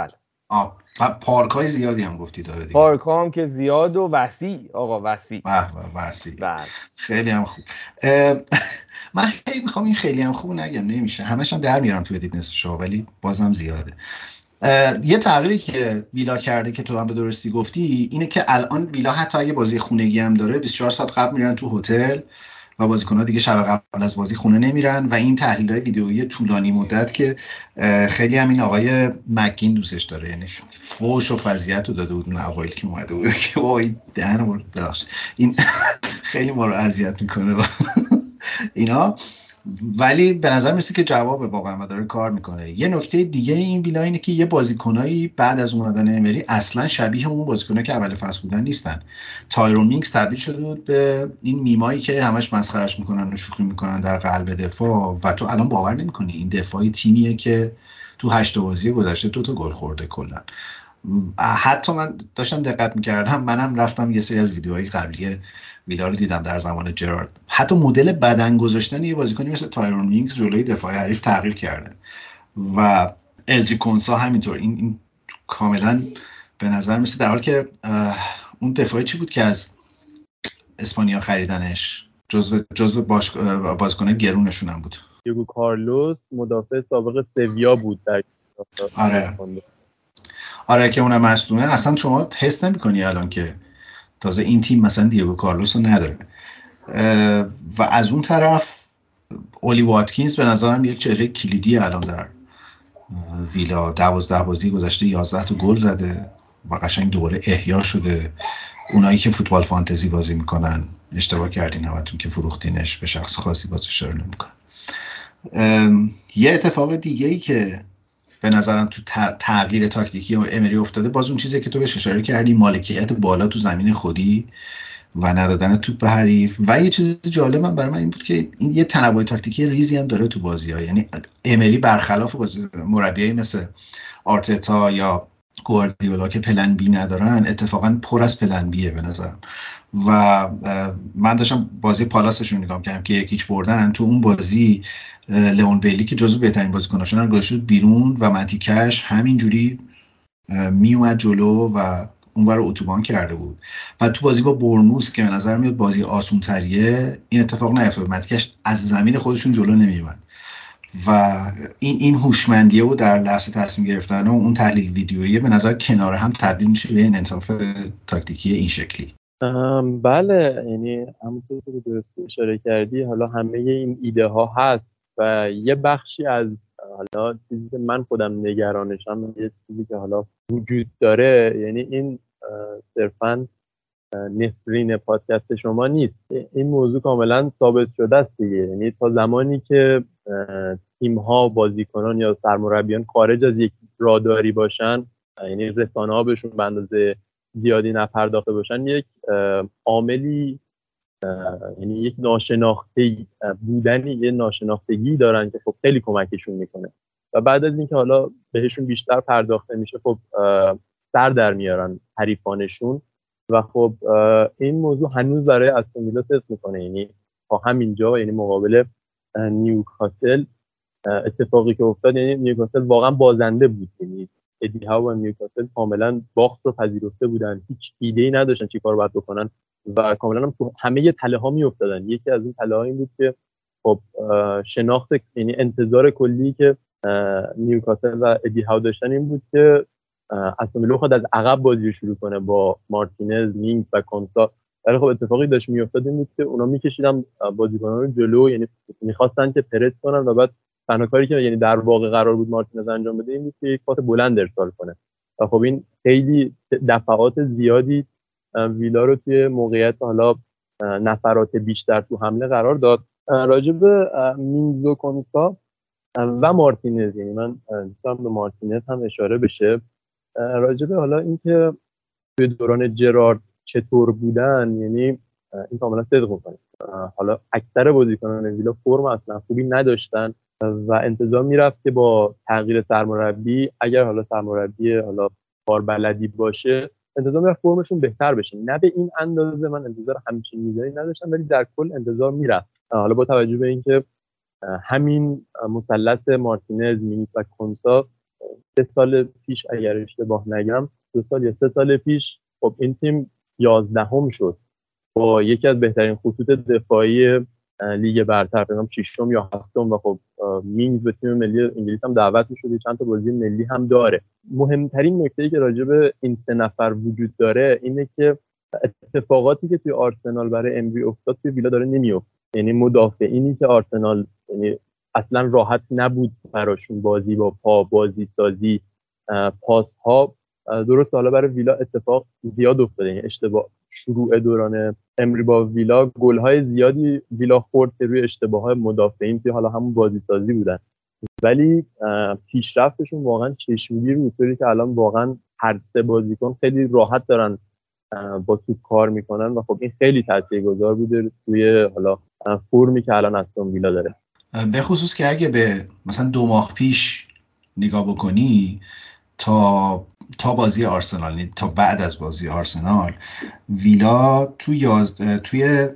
پارک‌های زیادی هم گفتی داره دیگه. پارک‌ها هم که زیاد و وسیع، آقا وسیع. وسیع. بله. خیلی هم خوب. من خیلی میخوام این خیلی هم خوب نگم، نمیشه همش هم در میارم تو ادیت نصف شو، ولی بازم زیاده. یه تغییری که ویلا کرده که تو هم به درستی گفتی اینه که الان ویلا حتی اگه بازی خونگی هم داره 24 ساعت قبل میرن تو هتل و بازیکن‌ها دیگه شب قبل از بازی خونه نمیرن و این تحلیل‌های ویدئویی طولانی مدت که خیلی همین آقای مکین دوستش داره، یعنی فوش و فضیحت رو داده بود اون اوایل که اومده بود که وای دهن ببخشید این خیلی ما رو اذیت میکنه اینا، ولی به نظر میسه که جواب واقعا و داره کار میکنه. یه نکته دیگه این ویلا اینه که یه بازیکنایی بعد از اومدن امری اصلا شبیه اون بازیکنایی که اول فصل بودن نیستن. تایرون مینگز تبدیل شده بود به این میمایی که همش مسخرش میکنن و شوخی میکنن در قلب دفاع و تو الان باور نمیکنی این دفاعی تیمیه که تو 8 بازی گذشته 2 تا گل خورده کلا. حتی من داشتم دقت میکردم، منم رفتم یه سری از ویدیوهای قبلی ویلا رو دیدم در زمان جرارد، حتی مدل بدن گذاشتن یه بازیکنی مثل تایرون مینگز جلوی دفاع حریف تغییر کرده و ازری کنسا همینطور. این کاملا به نظر میسه در حال که اون دفاعی چی بود که از اسپانیا خریدنش جزو بازیکن گرونشون هم بود، دیگو کارلوس مدافع سابق سویا بود در آره که اونم مصدومه. اصلا شما حس نمی‌کنی الان که تازه این تیم مثلا دیگو کارلوس رو نداره و از اون طرف اولی واتکینز به نظرم یک چهره کلیدی الان در ویلا. 12 بازی گذشته 11 تا گل زده و قشنگ دوباره احیا شده. اونایی که فوتبال فانتزی بازی میکنن اشتباه کردین همتون که فروختینش، به شخص خاصی بازیش رو نمیکنن. یه اتفاق دیگه‌ای که به نظرم تو تغییر تاکتیکی امری افتاده باز اون چیزی که تو بهش اشاره کردی، مالکیت بالا تو زمین خودی و ندادن توپ به حریف. و یه چیز جالبم برای من این بود که این یه تنوع تاکتیکی ریزی هم داره تو بازی‌ها. یعنی امری برخلاف مربیایی مثل آرتتا یا گواردیولا که پلن بی ندارن، اتفاقا پر از پلن بیه به نظرم. و من داشتم بازی پالاسشون نگاه می‌کردم که 1-0 بردن. تو اون بازی لئون بیلی که جزو بهترین بازیکناشون رو گذاشت بیرون و منتیکش همینجوری میومد جلو و اونور اتوبان کرده بود. و تو بازی با بورنموث که به نظر میاد بازی آسون تریه این اتفاق نیفتاد، منتیکش از زمین خودشون جلو نمیومد و این هوشمندیه و در لحظه تصمیم گرفتن و اون تحلیل ویدیویی به نظر کنار هم تبدیل میشه به این انعطاف تاکتیکی این شکلی. بله، یعنی همونطور که درست اشاره کردی حالا همه این ایده ها هست و یه بخشی از حالا چیزی که من خودم نگرانشم، یه چیزی که حالا وجود داره، یعنی این صرفاً نفرین پادکست شما نیست، این موضوع کاملا ثابت شده است دیگه. یعنی تا زمانی که تیم ها، بازیکنان یا سرمربیان خارج از یک راداری باشن، یعنی رسانه ها بهشون به اندازه زیادی نپرداخته باشن، یک عاملی یعنی یک ناشناخته بودنی، یه ناشناختگی دارن که خب خیلی کمکشون میکنه و بعد از اینکه حالا بهشون بیشتر پرداخته میشه خب سر در میارن حریفانشون و خب این موضوع هنوز برای استون ویلا تست میکنه. یعنی تا همینجا، یعنی مقابل نیوکاسل اتفاقی که افتاد، یعنی نیوکاسل واقعا بازنده بود، یعنی ادی هاو و نیوکاسل کاملا باخت رو پذیرفته بودن، هیچ ایده‌ای نداشتن چیکار باید بکنن و کاملا تو همه تله ها میافتادن. یکی از این تله ها این بود که خب شناخت، یعنی انتظار کلی که نیوکاسل و ادی هاو داشتن این بود که استون ویلا خود از عقب بازی رو شروع کنه با مارتینز، مینگ و کنسا، ولی خب اتفاقی داشت میافتاد این بود که اونا میکشیدن بازیکنان رو جلو، یعنی میخواستن که پرس کنن و بعد تنها کاری که یعنی در واقع قرار بود مارتینز انجام بده این بود که یک پاس بلند ارسال کنه و خب این خیلی دفعات زیادی ویلا رو توی موقعیت حالا نفرات بیشتر تو حمله قرار داد. راجب مینگز و کنسا و مارتینز، یعنی من دوستم به مارتینز هم اشاره بشه. راجب حالا اینکه توی دوران جرارد چطور بودن، یعنی این کاملا صدق می‌کنه. حالا اکثر بازیکنان ویلا فرم اصلا خوبی نداشتن و انتظار میرفت که با تغییر سرمربی، اگر حالا سرمربی حالا کاربلدی باشه، انتظار میرفت فرمشون بهتر بشه. نه به این اندازه من انتظار همچین میزانی نداشتم، ولی در کل انتظار میرفت. حالا با توجه به اینکه همین مثلث مارتینز، مینگ و کنسا 3 سال پیش اگر اشتباه نگم 2 سال یا 3 سال پیش خب این تیم 11ام شد با یکی از بهترین خطوط دفاعی لیگ برتر، فکر 6م یا 7م و خب مینگز به تیم ملی انگلیس هم دعوت می‌شد، چند تا بازی ملی هم داره. مهمترین نکته‌ای که راجع به این 3 نفر وجود داره اینه که اتفاقاتی که توی آرسنال برای امری افتاد توی ویلا داره نمیفته. یعنی مدافعینی که آرسنال یعنی اصلا راحت نبود براشون بازی با پا، بازی سازی، پاس ها، درست حالا برای ویلا اتفاق زیاد افتاده. یعنی اشتباه شروع دوران امری با ویلا گل های زیادی ویلا خورد که روی اشتباه های مدافعین توی حالا همون بازی سازی بودن، ولی پیشرفتشون واقعا چشمگیر بود، طوری که الان واقعا هر 3 بازیکن خیلی راحت دارن با توپ کار میکنن و خب این خیلی تاثیرگذار بوده توی حالا فرمی که الان استون ویلا داره. به خصوص که اگه به مثلا 2 ماه پیش نگاه بکنی تا بازی آرسنال، تا بعد از بازی آرسنال، ویلا توی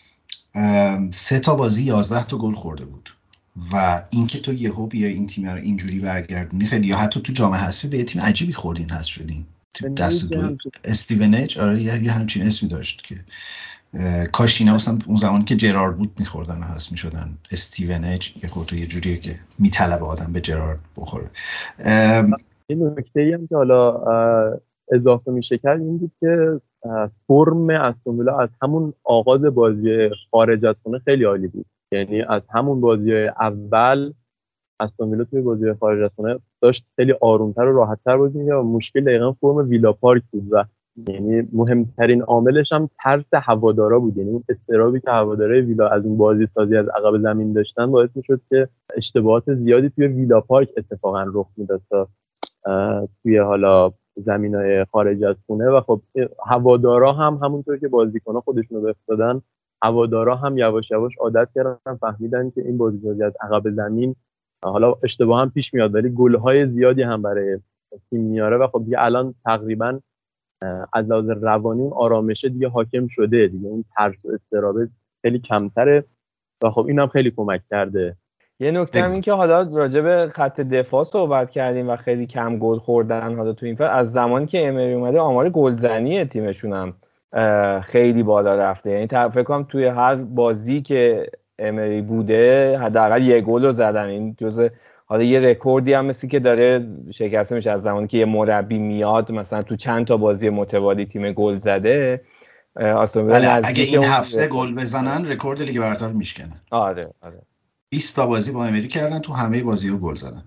3 تا بازی 11 تا گل خورده بود و اینکه تو یهو بیای این تیم رو اینجوری برگردونی خیلی، یا حتی تو جام حذفی به تیم عجیبی خوردین حذف شدین دست دو استیونج، آره یه همچین اسمی داشت که کاش اینا مثلا اون زمانی که جرارد بود میخوردن و حذف میشدن. استیونج یه خورده یه جوریه که میطلبه آدم به جرارد بخوره. این نکته‌ای هم که حالا اضافه میشه کرد این بود که فرم استون ویلا از همون آغاز بازی خارج از خونه خیلی عالی بود. یعنی از همون بازی اول استون ویلا توی بازی خارج از خونه داشت خیلی آرومتر و راحت‌تر بازی می‌کرد و مشکل دقیقاً فرم ویلا پارک بود و یعنی مهمترین عاملش هم ترس هوادارا بود. یعنی اون اضطرابی که هوادارهای ویلا از اون بازی سازی از عقب زمین داشتن باعث می‌شد که اشتباهات زیادی توی ویلا پارک اتفاقاً رخ می‌داد تا توی حالا زمین‌های خارج از خونه و خب هوادارا هم همونطور که بازیکن‌ها خودشونو بفرستادن، هوادارا هم یواش یواش عادت کردن، فهمیدن که این بازیسازی از عقب زمین حالا اشتباه هم پیش میاد ولی گل‌های زیادی هم برای تیم میاره و خب دیگه الان تقریباً از لحاظ روانی اون آرامشه دیگه حاکم شده، دیگه اون ترس و اضطراب خیلی کمتره و خب اینم خیلی کمک کرده. یه نکته هم این که حالا راجع به خط دفاع صحبت کردیم و خیلی کم گل خوردن حالا تو این فصل، از زمانی که امری اومده آمار گلزنی تیمشون هم خیلی بالا رفته. یعنی فکر کنم توی هر بازی که امری بوده حداقل 1 گل رو زدن. این جزء حالا یه رکوردی هم مثل که داره شکسته میشه از زمانی که یه مربی میاد مثلا تو چند تا بازی متوالی تیم گل زده. اگه این هفته گل بزنن رکورد لیگ برتر میشکنه. آره 20 تا بازی با امری کردن، تو همه بازی‌ها گل زدن.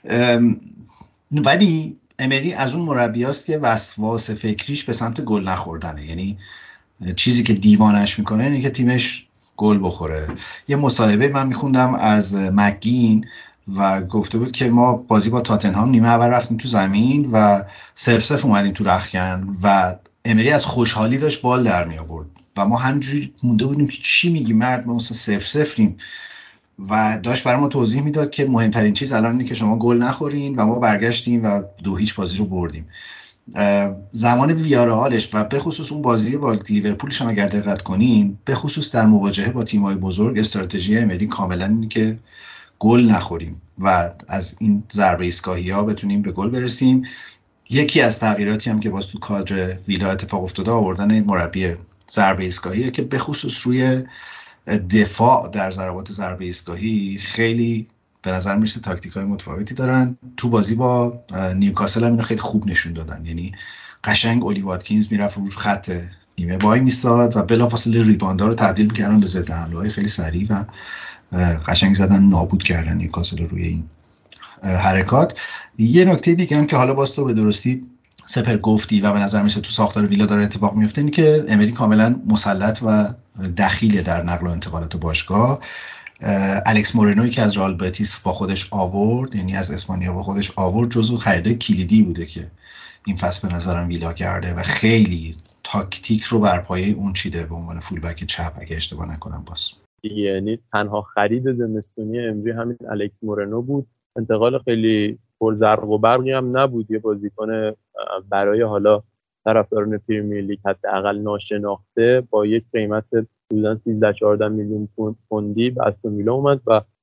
ولی امری از اون مربیاست که وسواس فکریش به سمت گل نخوردنه. یعنی چیزی که دیوانش میکنه اینه که تیمش گل بخوره. یه مصاحبه من میخوندم از مکگین و گفته بود که ما بازی با تاتنهام نیمه اول رفتیم تو زمین و 0-0 اومدیم تو رختکن و امری از خوشحالی داشت بال در می آورد و ما همینجوری مونده بودیم که چی میگی مرد، ما مثلا 0-0 و داشت برای ما توضیح میداد که مهمترین چیز الان اینه که شما گل نخورین و ما برگشتیم و 2-0 بازی رو بردیم. زمان ویارالش و به خصوص اون بازی با لیورپولش هم اگر دقت کنین، به خصوص در مواجهه با تیم‌های بزرگ استراتژی امری کاملا اینه که گل نخوریم و از این ضربه ایستگاهی‌ها بتونیم به گل برسیم. یکی از تغییراتی هم که باز تو کادر ویلا اتفاق افتاده آوردن مربی ضربه ایستگاهیه که به خصوص روی دفاع در ضربات ضربه ایستگاهی خیلی به نظر میرسه تاکتیکای متفاوتی دارن. تو بازی با نیوکاسل هم اینو خیلی خوب نشون دادن. یعنی قشنگ اولی واتکینز میرفت رو خط نیمه وای میستاد و بلافاصله ریباندها رو تبدیل می‌کردن به ضد حمله‌های خیلی سریع و قشنگ زدن نابود کردن نیوکاسل روی این حرکات. یه نکته دیگه هم که حالا باز تو به درستی سپر گفتی و به نظر میسه تو ساختار ویلا داره اتفاق میفته اینه که امری کاملا مسلط و دخیل در نقل و انتقالات باشگاه. الکس مورینوی که از رئال بتیس با خودش آورد، یعنی از اسپانیا با خودش آورد، جزو خرید کلیدی بوده که این فصل به نظرم ویلا کرده و خیلی تاکتیک رو بر پایه اون چیده به عنوان فول بک چپ اگه اشتباه نکنم. باز یعنی تنها خرید زمستونی امری همین الکس مورینو بود. انتقال خیلی پرزرق و برقی هم نبود، یه بازیکن برای حالا طرفداران پرمیر لیگ حداقل ناشناخته با یک قیمت حدوداً 13-14 میلیون پوندی به استون ویلا اومد و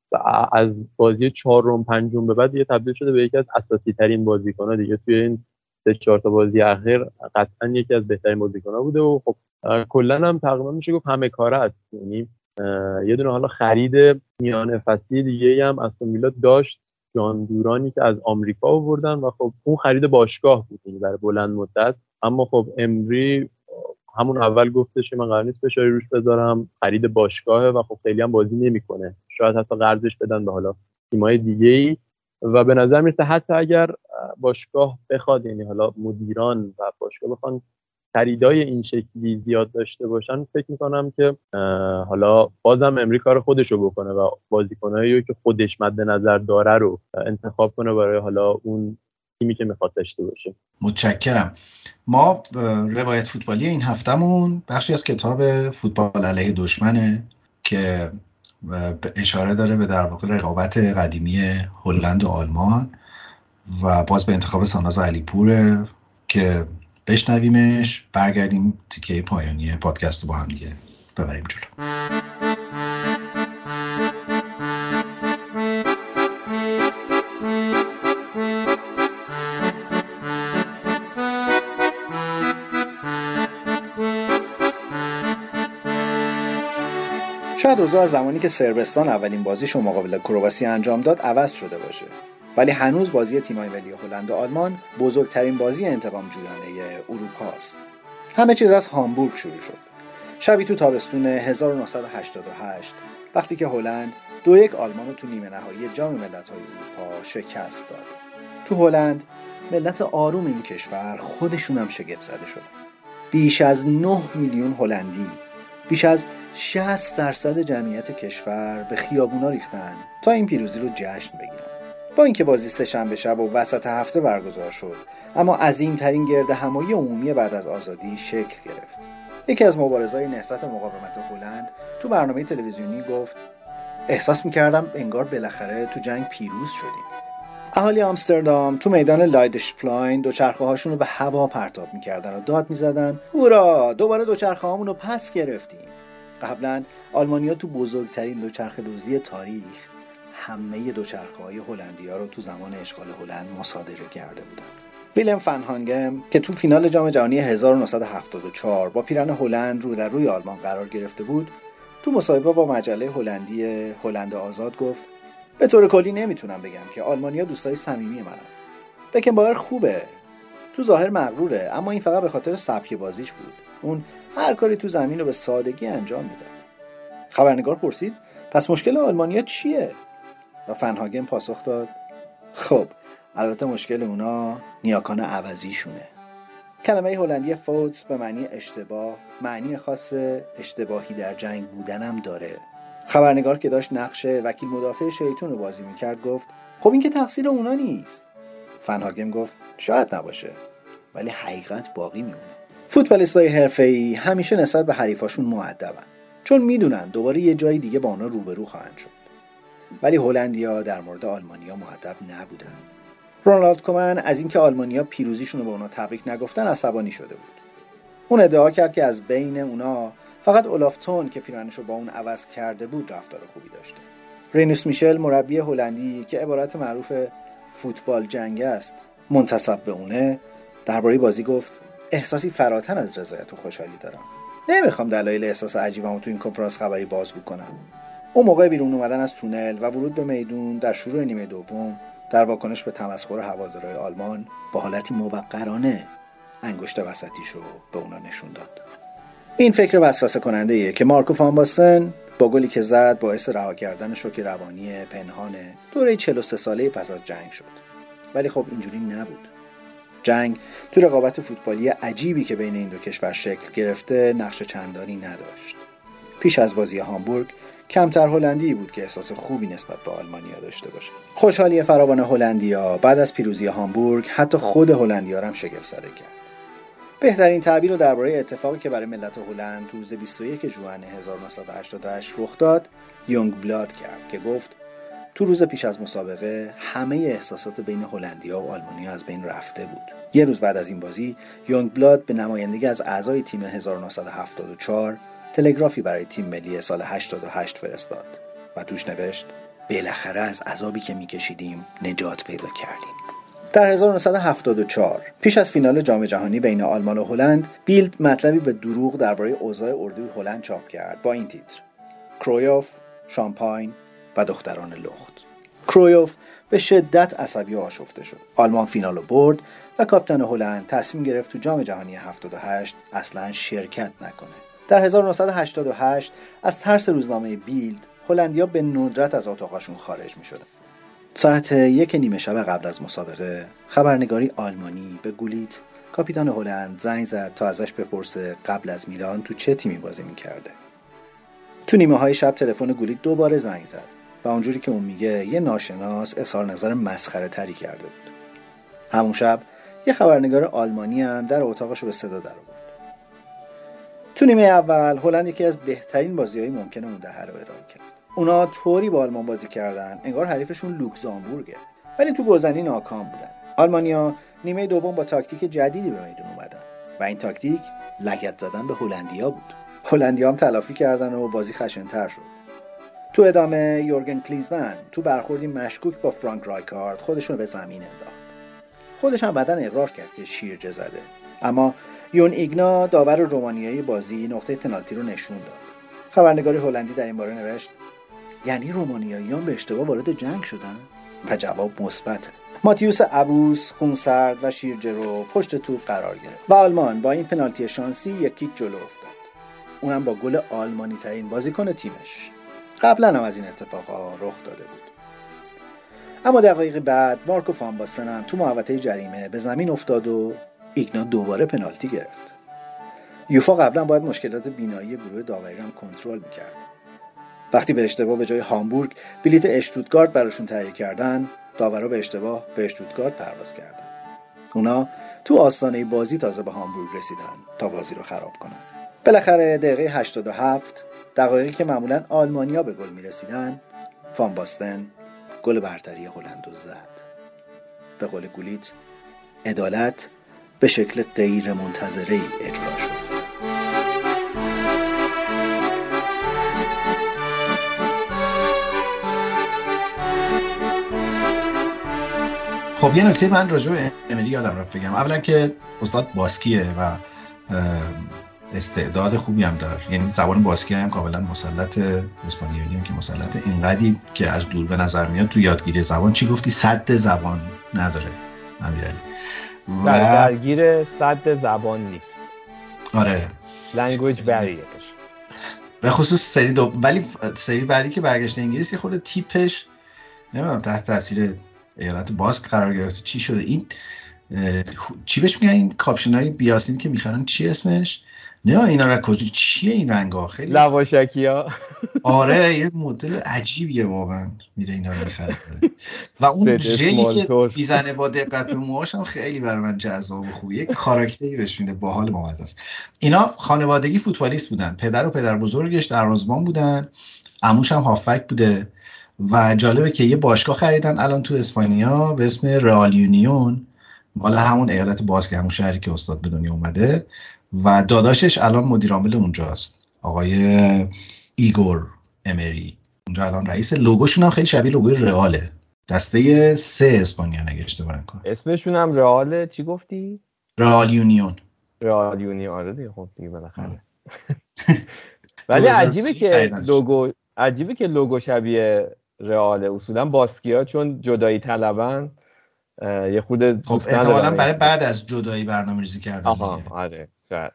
و از بازی 4 و 5 به بعد دیگه تبدیل شده به یکی از اساسی ترین بازیکن‌ها دیگه توی این 3-4 تا بازی اخیر. قطعا یکی از بهترین بازیکن‌ها بوده و خب کلا هم تقریبا میشه گفت همه کاره است. یعنی یه دونه حالا خرید میانه فصلی دیگه هم استون ویلا داشت، جان دورانی که از آمریکا آوردن و خب اون خرید باشگاه بود یعنی برای بلند مدت. اما خب امری همون اول گفتش من قرار نیست فشاری روش بذارم، خرید باشگاهه و خب خیلی هم بازی نمیکنه، شاید حتی قرضش بدن به حالا تیم‌های دیگه‌ای. و به نظر میرسه حتی اگر باشگاه بخواد، یعنی حالا مدیران و باشگاه بخوان خریدای این شکلی زیاد داشته باشن، فکر میکنم که حالا بازم امری کار خودشو بکنه و بازیکنایی که خودش مد نظر داره رو انتخاب کنه برای حالا اون تیمی که میخواد داشته باشه. متشکرم. ما روایت فوتبالی این هفتمون بخشی از کتاب فوتبال علیه دشمنه که اشاره داره به در واقع رقابت قدیمی هلند و آلمان و باز به انتخاب ساناز علیپوره که بشنویمش، برگردیم تیکه پایانی پادکست رو با هم دیگه ببریم جلو. شاید اوضاع از زمانی که صربستان اولین بازیشو مقابل کرواسی انجام داد عوض شده باشه، ولی هنوز بازی تیم‌های ملی هلند و آلمان بزرگترین بازی انتقام جویانه اروپا است. همه چیز از هامبورگ شروع شد. شبی تو تابستون 1988 وقتی که هلند 2-1 آلمان رو تو نیمه نهایی جام ملت‌های اروپا شکست داد. تو هلند ملت آروم این کشور خودشون هم شگفت زده شدن. بیش از 9 میلیون هلندی، بیش از 60% جمعیت کشور به خیابونا ریختن تا این پیروزی رو جشن بگیرن. با اینکه بازی سه‌شنبه شب و وسط هفته برگزار شد، اما عظیم‌ترین گردهمایی عمومی بعد از آزادی شکل گرفت. یکی از مبارزای نهضت مقاومت هلند تو برنامه تلویزیونی گفت احساس می‌کردم انگار بالاخره تو جنگ پیروز شدیم. اهالی آمستردام تو میدان لایدشپلاین دوچرخه‌هاشون رو به هوا پرتاب می‌کردن و داد می‌زدن هورا دوباره دوچرخه‌هامون رو پس گرفتیم. قبلا آلمانیا تو بزرگترین دوچرخه دزدی تاریخ همه دوچرخه‌های هلندی‌ها رو تو زمان اشغال هلند مصادره کرده بودن. ویلم فن هانگم که تو فینال جام جهانی 1974 با پیرن هلند رو در روی آلمان قرار گرفته بود، تو مصاحبه با مجله هلندی هلند آزاد گفت به طور کلی نمیتونم بگم که آلمانیا دوستای صمیمی منن. بکنباور خوبه، تو ظاهر مغروره، اما این فقط به خاطر سبک بازیش بود. اون هر کاری تو زمین رو به سادگی انجام میده. خبرنگار پرسید پس مشکل آلمانیا چیه؟ و فنهاگن پاسخ داد خب البته مشکل اونا نیاکان عوضیشونه. کلمه هلندی فوت به معنی اشتباه، معنی خاص اشتباهی در جنگ بودنم داره. خبرنگار که داشت نقش وکیل مدافع شیطون رو بازی میکرد گفت خب این که تقصیر اونا نیست. فنهاگن گفت شاید نباشه، ولی حقیقت باقی میمونه. فوتبالیستای حرفه‌ای همیشه نسبت به حریفاشون مؤدبن، چون میدونن دوباره یه جای دیگه با اونا روبرو خواهند شد. ولی هلندیا در مورد آلمانیا مؤدب نبودن. رونالد کومن از اینکه آلمانیا پیروزیشون رو به اونا تبریک نگفتن عصبانی شده بود. اون ادعا کرد که از بین اونا فقط اولاف تون که پیرنش رو با اون عوض کرده بود رفتار خوبی داشته. رینوس میشل مربی هلندی که عبارت معروف فوتبال جنگ است منتسب به اونه، درباره بازی گفت احساسی فراتر از رضایت و خوشحالی دارم. نمیخوام دلایل احساس عجیبمو تو این کنفرانس خبری بازگو کنم. اون موقع بیرون اومدن از تونل و ورود به میدون در شروع نیمه دوم در واکنش به تمسخر هوادارهای آلمان با حالتی موقرانه انگشت وسطیشو به اونا نشون داد. این فکر وسوسه کننده ایه که مارکو فان باستن با گلی که زد باعث رها کردن شوک روانی پنهان دوره 43 ساله پس از جنگ شد. ولی خب اینجوری نبود. جنگ تو رقابت فوتبالی عجیبی که بین این دو کشور شکل گرفته نقش چندانی نداشت. پیش از بازی هامبورگ کمتر هلندی بود که احساس خوبی نسبت به آلمانیا داشته باشه. خوشحالی فراوان هلندیا بعد از پیروزی هامبورگ حتی خود هلندیا هم شگفت زده کرد. بهترین تعبیر رو درباره اتفاقی که برای ملت هلند روز 21 ژوئن 1988 رخ داد یونگ بلاد کرد که گفت تو روز پیش از مسابقه همه احساسات بین هلندیا و آلمانیا از بین رفته بود. یه روز بعد از این بازی یونگ بلاد به نمایندگی از اعضای تیم 1974 تلگرافی برای تیم ملی سال 88 فرستاد و توش نوشت بالاخره از عذابی که میکشیدیم نجات پیدا کردیم. در 1974 پیش از فینال جام جهانی بین آلمان و هلند، بیلد مطلبی به دروغ درباره اوضاع اردوی هلند چاپ کرد با این تیتر: کرویوف، شامپاین و دختران لخت. کرویوف به شدت عصبی و آشفته شد. آلمان فینال رو برد و کاپیتان هلند تصمیم گرفت تو جام جهانی 78 اصلاً شرکت نکنه. در 1988 از ترس روزنامه بیلد، هلندیا به ندرت از اتاقشون خارج می‌شدن. ساعت 1:30 شب قبل از مسابقه، خبرنگاری آلمانی به گولیت، کاپیتان هلند، زنگ زد تا ازش بپرسه قبل از میلان تو چه تیمی بازی می‌کرده. تو نیمه‌های شب تلفن گولیت دوباره زنگ زد و اونجوری که اون میگه یه ناشناس اظهار نظر مسخره تری کرده بود. همون شب یه خبرنگار آلمانی هم در اتاقش رو به صدا در آورد. تو نیمه اول هلند یکی از بهترین بازی‌های ممکن اون دهه رو ارائه کرد. اونا طوری با آلمان بازی کردن انگار حریفشون لوکزامبورگه، ولی تو گلزنی ناکام بودن. آلمانیا نیمه دوم با تاکتیک جدیدی به میدون اومدن و این تاکتیک لگد زدن به هلندیا بود. هلندیا هم تلافی کردن و بازی خشن‌تر شد. تو ادامه یورگن کلیزمن تو برخوردی مشکوک با فرانک رایکارد خودشون به زمین انداخت. خودش هم بعداً اقرار کرد که شیرجه زده، اما یون ایگنا داور رومانیایی بازی نقطه پنالتی رو نشون داد. خبرنگار هلندی در این باره نوشت: یعنی رومانیاییان به اشتباه وارد جنگ شدن؟ و جواب مثبته. ماتیوس ابوس خونسرد و شیرجه رو پشت توپ قرار گرفت و آلمان با این پنالتی شانسی یکی جلو افتاد. اونم با گل آلمانی ترین بازیکن تیمش. قبلا هم از این اتفاقا رخ داده بود. اما دقایق بعد مارکو فان باستن هم تو محوطه جریمه به زمین افتاد و ایگنا دوباره پنالتی گرفت. یوفا قبلا باید مشکلات بینایی گروه داوری هم کنترل میکرد. وقتی به اشتباه به جای هامبورگ بلیت اشتوتگارت براشون تهیه کردن، داورا به اشتباه به اشتوتگارت پرواز کردن. اونا تو آستانه بازی تازه به هامبورگ رسیدن تا بازی رو خراب کنن. بالاخره دقیقه 87، دقایقی که معمولاً آلمانیا به گل میرسیدن، فان باستن گل برتری هلند رو زد. به قول گولیت، عدالت به شکل غیر منتظره‌ای اجرا شد. خب یه نکته من راجع به امری یادم رفت بگم. اولا که استاد باسکیه و استعداد خوبی هم داره، یعنی زبان باسکی هم کاملا مسلط، اسپانیایی هم که مسلط، اینقدی که از دور به نظر میاد تو یادگیری زبان. چی گفتی؟ صد زبان نداره امیرعلی و درگیر صد زبان نیست. آره، لنگویج بریرش به خصوص سری ولی سری بعدی که برگشت انگلیسی خورده تیپش نمیدونم تحت تاثیر ایالت باسک قرار گرفته چی شده. این چی بهش میگن این کاپشنای بیاسین که میخرن، چی اسمش؟ نه اینا را کجا، چیه این رنگا؟ خیلی لواشکیا. آره یه مدل عجیبیه واقعا، میره اینا رو میخره و اون ژلی که میزنه با دقت به موهاش هم خیلی برای من جذاب و خوبه، یه کاراکتری بهش میده، باحال مميز است. اینا خانوادگی فوتبالیست بودن، پدر و پدر بزرگش دروازه‌بان بودن، عموش هم هافبک بوده و جالبه که یه باشگاه خریدن الان تو اسپانیا به اسم رئال یونیون، مال همون ایالت باسک، همون شهری که استاد به دنیا اومده و داداشش الان مدیر عامل اونجاست، آقای ایگور امری. اونجا الان رئیس. لوگوشون هم خیلی شبیه لوگوی رئاله، دسته 3 اسپانیا اگه اشتباه نکنم. اسمشون هم رئاله. چی گفتی؟ رئال یونیون. رئال یونیون. آره دیگه، خب دیگه بالاخره. ولی عجیبه که لوگو شبیه رئال. اصولا باسکیا چون جدایی طلبن یه خود دوست ندارن. احتمالاً برای بعد از جدایی برنامه‌ریزی کردن. آره شاید.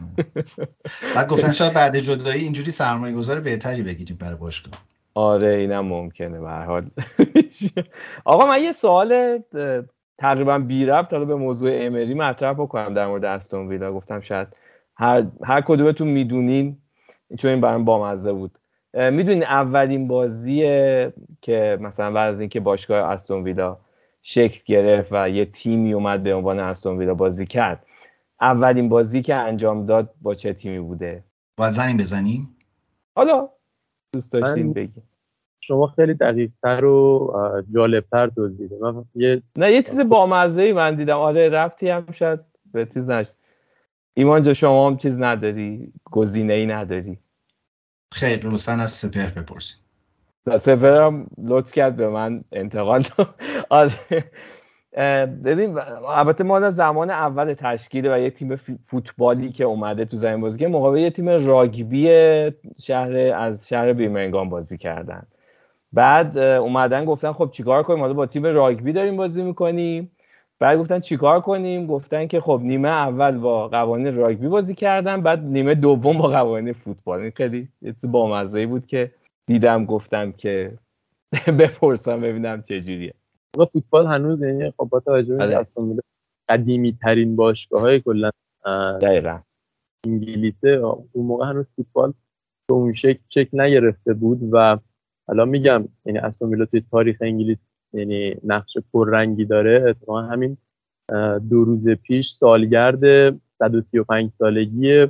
بعد گفتن شاید بعد جدایی اینجوری سرمایه‌گذار بهتری بگیریم برای باشگاه. آره اینم ممکنه. به هر حال آقا من یه سوال تقریبا بی ربط به موضوع امری مطرح بکنم در مورد استون ویلا. گفتم شاید هر کدومتون میدونین، چون این برام بامزه بود. میدونین اولین بازی که مثلا بعد از اینکه باشگاه استون ویلا شکل گرفت و یه تیمی اومد به عنوان استون ویلا بازی کرد، اولین بازی که انجام داد با چه تیمی بوده؟ باید زنگ بزنیم؟ حالا دوست داشتین بگیم. شما خیلی دقیق‌تر و جالب‌تر توضیح بدید. یه چیز بامزه‌ای من دیدم. آره ربطی هم شاید به چیز نشه. ایمان جا شما هم چیز نداری؟ گزینه‌ای نداری؟ خیر لطفاً از سپهر بپرسید. سپرم لطف کرد به من انتقال داد. ببین البته ما از زمان اول تشکیل و یه تیم فوتبالی که اومده تو زمین بازی که مقابل یه تیم راگبی از شهر بیرمنگام بازی کردن. بعد اومدن گفتن خب چیکار کنیم، حالا با تیم راگبی داریم بازی میکنیم. بعد گفتن چیکار کنیم، گفتن که خب نیمه اول با قوانین راگبی بازی کردن، بعد نیمه دوم با قوانین فوتبال. این خیلی بامزه‌ای بود که دیدم گفتم که بپرسم ببینم چه جوریه. فوتبال هنوز یعنی خب با توجه به استون ویلا قدیمی ترین باشگاه‌های کلا دقیقاً انگلیسه، اون موقع هنوز فوتبال به اون شکل نگرفته بود و حالا میگم یعنی استون ویلا توی تاریخ انگلیس یعنی نقش پررنگی داره. اتفاقا همین 2 روز پیش سالگرد 135 سالگی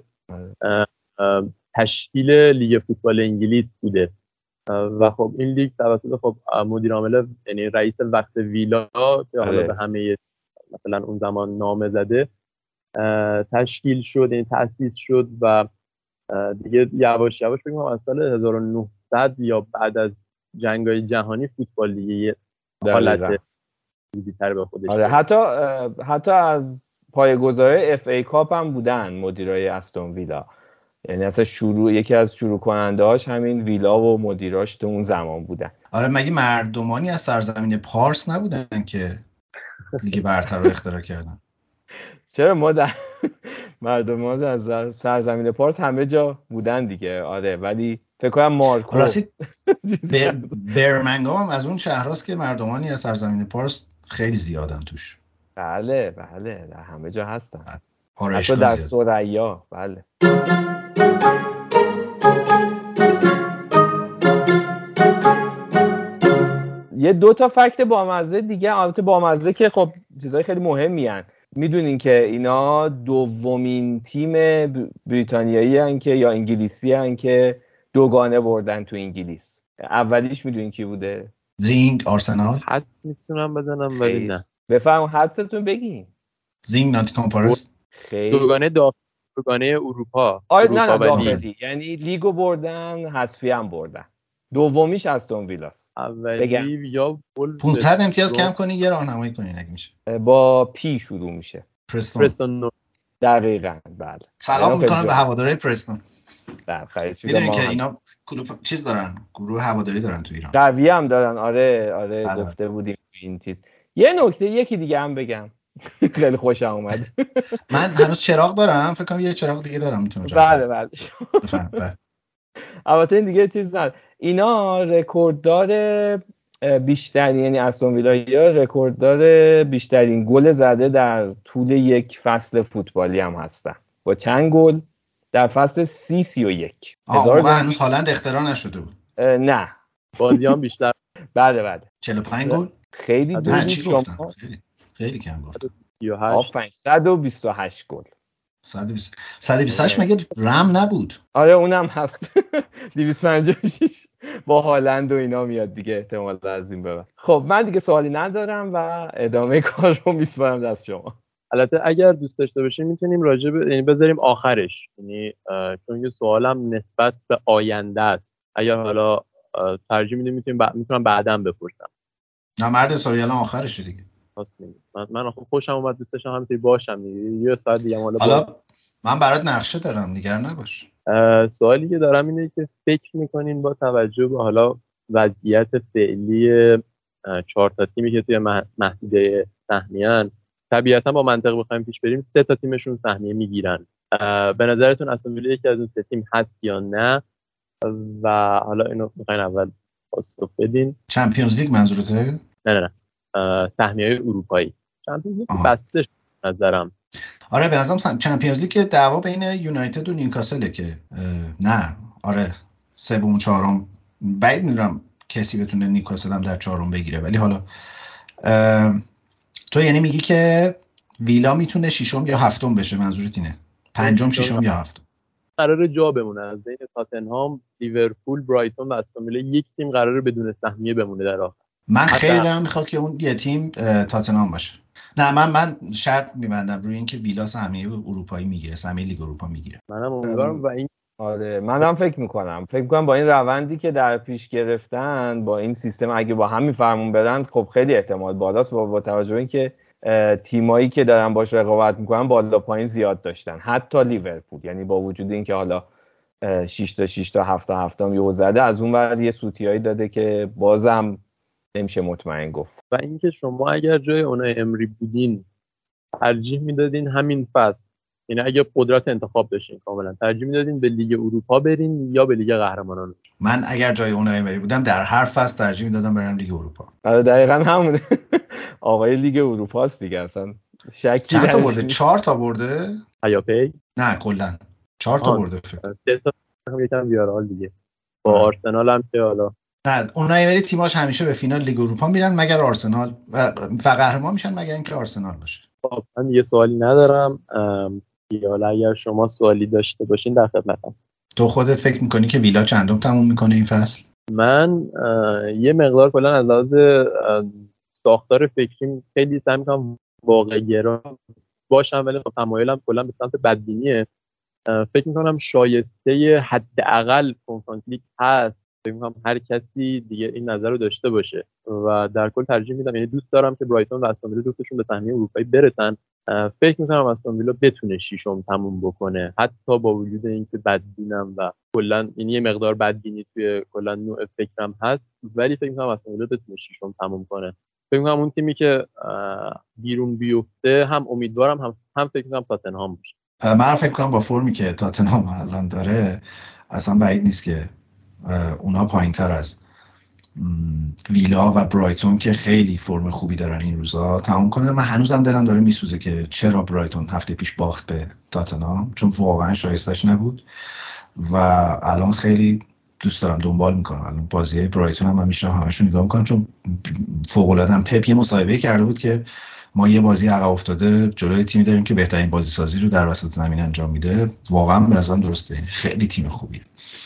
تشکیل لیگ فوتبال انگلیس بوده و خب این لیگ توسط خب مدیر عامل یعنی رئیس وقت ویلا که حالا به همه مثلا اون زمان نامه زده تشکیل شد، یعنی تأسیس شد و دیگه یواش یواش بگیم از سال 1900 یا بعد از جنگ‌های جهانی فوتبال دیگه حالت جدی‌تر به خودش. آره حتی از پایه‌گذاری اف ای کاپ هم بودن مدیرای استون ویلا، یعنی اصلا یکی از شروع کننده‌هاش همین ویلا و مدیراش تو اون زمان بودن. آره مگه مردمانی از سرزمین پارس نبودن که لیگ برتر رو اختراع کردن؟ چرا ما مردمان از سرزمین پارس همه جا بودن دیگه. آره ولی فکر کنم مارکو راستی برمنگام هم از اون شهراست که مردمانی از سرزمین پارس خیلی زیادن توش. بله در همه جا هستن، حتی در ثریا. بله یه 2 تا فکت بامزه دیگه، البته بامزه که خب چیزای خیلی مهمی هن. میدونین که اینا دومین تیم بریتانیایی هن که یا انگلیسی هن که 2 گانه بردن تو انگلیس. اولیش میدونین کی بوده؟ زینگ آرسنال. حدس میتونم بزنم ولی نه. بفرمایید حدستون بگین. زینگ ناتیکام فارست. خیلی 2 گانه دو گانه اروپا. نه داخلی، یعنی لیگو بردن، حذفی هم بردن. دومیش استون ویلاست. اولی یا 500 امتیاز کم کنی یه راهنمایی کنین اگه میشه. با پی شروع میشه. پرستون. دقیقاً بله. سلام میکنم به هواداری پرستون. در خیلی میدونین که اینا چیز دارن، گروه هواداری دارن تو ایران. قوی هم دارن. آره گفته بودیم این چیز. یه نکته یکی دیگه هم بگم. خیلی خوشم اومد. من هنوز چراغ دارم، فکر کنم یه چراغ دیگه دارم میتونم. بله بفرمایید. البته این دیگه چیز نه، اینا رکورددار بیشتر، یعنی استون ویلا رکورددار بیشترین گل زده در طول یک فصل فوتبالی هم هستن. با چند گل در فصل 30-31. هنوز هالند اختراع نشده بود. نه بازیام بیشتر. بله 45 گل. خیلی دور شما. خیلی کم گفتم. 128 گل. 128 مگه رم نبود؟ آره اونم هست. 256 با هالند و اینا میاد دیگه احتمال از این ببر. خب من دیگه سوالی ندارم و ادامه کار رو میسپارم دست شما. البته اگر دوست داشته باشیم میتونیم راجع به یعنی بذاریم آخرش، یعنی چون یه سوالم نسبت به آینده است. اگر حالا ترجیح میدیم میتونم بعداً بپرسم. نه مرد سوالی الان آخرشه دیگه. من خوشم اومد دوست داشتم همینطوری باشم دیگه. یه ساعت دیگه حالا من برات نقشه دارم، نگران نباش. سوالی که دارم اینه که فکر میکنین با توجه به حالا وضعیت فعلی 4 تا تیمی که توی محدوده سهمیه‌ان، طبیعتا با منطق بخوایم پیش بریم 3 تا تیمشون سهمیه میگیرن. به نظرتون استون ویلا یکی از اون 3 تیم هست یا نه؟ و حالا اینو میخواین اول پاسخ بدین. چمپیونز لیگ منظورته؟ نه سهمیه‌های اروپایی. چمپیونز لیگ بسته نظرم. آره به نظرم چمپیونز لیگ که دعوا بین یونایتد و نیوکاسله که نه آره 3 و 4 بعید میدونم کسی بتونه نیوکاسل هم در 4 بگیره، ولی حالا تو یعنی میگی که ویلا میتونه 6 یا 7 بشه؟ منظورت اینه 5 6 یا 7 قراره جا بمونه از بین تاتنهام، لیورپول، برایتون و استون ویلا یک تیم قراره بدون سهمیه بمونه در آخر. من خیلی دارم میخواد که اون یه تیم تاتنهام باشه. نه من شرط میبندم روی اینکه ویلا سهمیه اروپایی میگیره، سهمیه لیگ اروپا میگیره. منم امیدوارم و این آره منم فکر میکنم با این روندی که در پیش گرفتن با این سیستم اگه با همین فرمون برن خب خیلی احتمال بالاست با توجه به اینکه تیمایی که دارن باش رقابت میکنن بالا پایین زیاد داشتن، حتی لیورپول، یعنی با وجود اینکه حالا 6 تا 7 تا یهو زده، از اون ور یه سوتیایی داده که بازم نمیشه مطمئن گفت. و اینکه شما اگر جای اونای امری بودین ترجیح میدادین همین فصل، یعنی اگه قدرت انتخاب داشتین کاملا ترجیح میدادین به لیگ اروپا برین یا به لیگ قهرمانان؟ من اگر جای اونای امری بودم در هر فصل ترجیح میدادم برم لیگ اروپا. آره دقیقاً همونه. آقای لیگ اروپا است دیگه، اصلا شکی چند تا برده؟ 4 تا برده؟ پیاپی؟ نه کلا 4 تا برده فکر. 3 تا یکم ویارال دیگه. با آرسنال هم که حالا نه اونای امری تیماش همیشه به فینال لیگ اروپا میرن مگر آرسنال و قهرمان میشن مگر اینکه آرسنال باشه. من یه سوالی ندارم، حالا اگر شما سوالی داشته باشین در خدمتم. تو خودت فکر میکنی که ویلا چندم تموم میکنه این فصل؟ من یه مقدار کلا از لحاظ ساختار فکریم خیلی سعی میکنم واقعی گرا باشم، ولی تمایلم کلا به سمت بدبینیه. فکر میکنم شایسته حداقل کنفرانس لیگ هست، فکر میکنم هر کسی دیگه این نظر رو داشته باشه و در کل ترجیح میدم، یعنی دوست دارم که برایتون و استون ویلا جفتشون به سهمیه اروپایی برسن. فکر میکنم استون ویلا بتونه ششم تموم بکنه، حتی با وجود اینکه بدبینم و کلا این یه مقدار بدبینی توی کلا نوع فکرم هست، ولی فکر میکنم استون ویلا بتونه ششم تموم کنه. فکر میکنم اون تیمی که بیرون بیفته هم امیدوارم هم فکر میکنم تاتنهام باشه. من فکر کنم با فرمی که تاتنهام الان داره اصلا بعید نیست که اونا پایین‌تر از ویلا و برایتون که خیلی فرم خوبی دارن این روزا تموم کنه. من هنوزم دلم داره میسوزه که چرا برایتون هفته پیش باخت به تاتنهام، چون واقعا شایستش نبود و الان خیلی دوست دارم دنبال میکنم. الان بازی برایتون هم من میشم همشون نگاه میکنم چون فوق‌العاده‌ام. پپ یه مصاحبه کرده بود که ما یه بازی عقب افتاده جلوی تیمی داریم که بهترین بازی سازی رو در وسط زمین انجام میده. واقعا به نظرم درسته، خیلی تیم خوبیه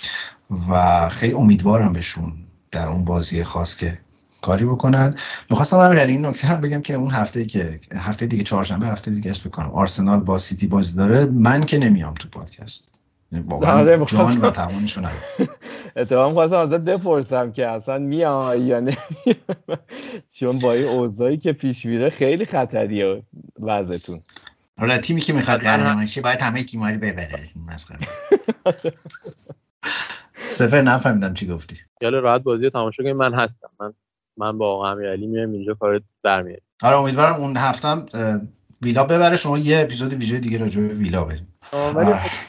و خیلی امیدوارم بهشون در اون بازی خاص که کاری بکنن. می‌خواستم همین این نکته هم بگم که اون هفته دیگه چهارشنبه هفته دیگه فکر کنم آرسنال با سیتی بازی داره. من که نمیام تو پادکست، واقعا جان و توانشو ندارم. اتفاقا خواستم ازت بپرسم که اصلا میای یا نه، چون با این اوضاعی که پیش میره خیلی خطریه وضعتون. حالا تیمی که میخواد قهرمان شه باید همه تیم‌ها رو ببره. مسخره. سفر نفهمیدم چی گفتی. یالا راحت بازی رو تماشا کنیم. من هستم. من با آقا امیرعلی میام اینجا کار در میاد. آره امیدوارم اون هفتم ویلا ببره، شما یه اپیزود ویژه دیگه راجع به ویلا بریم. ولی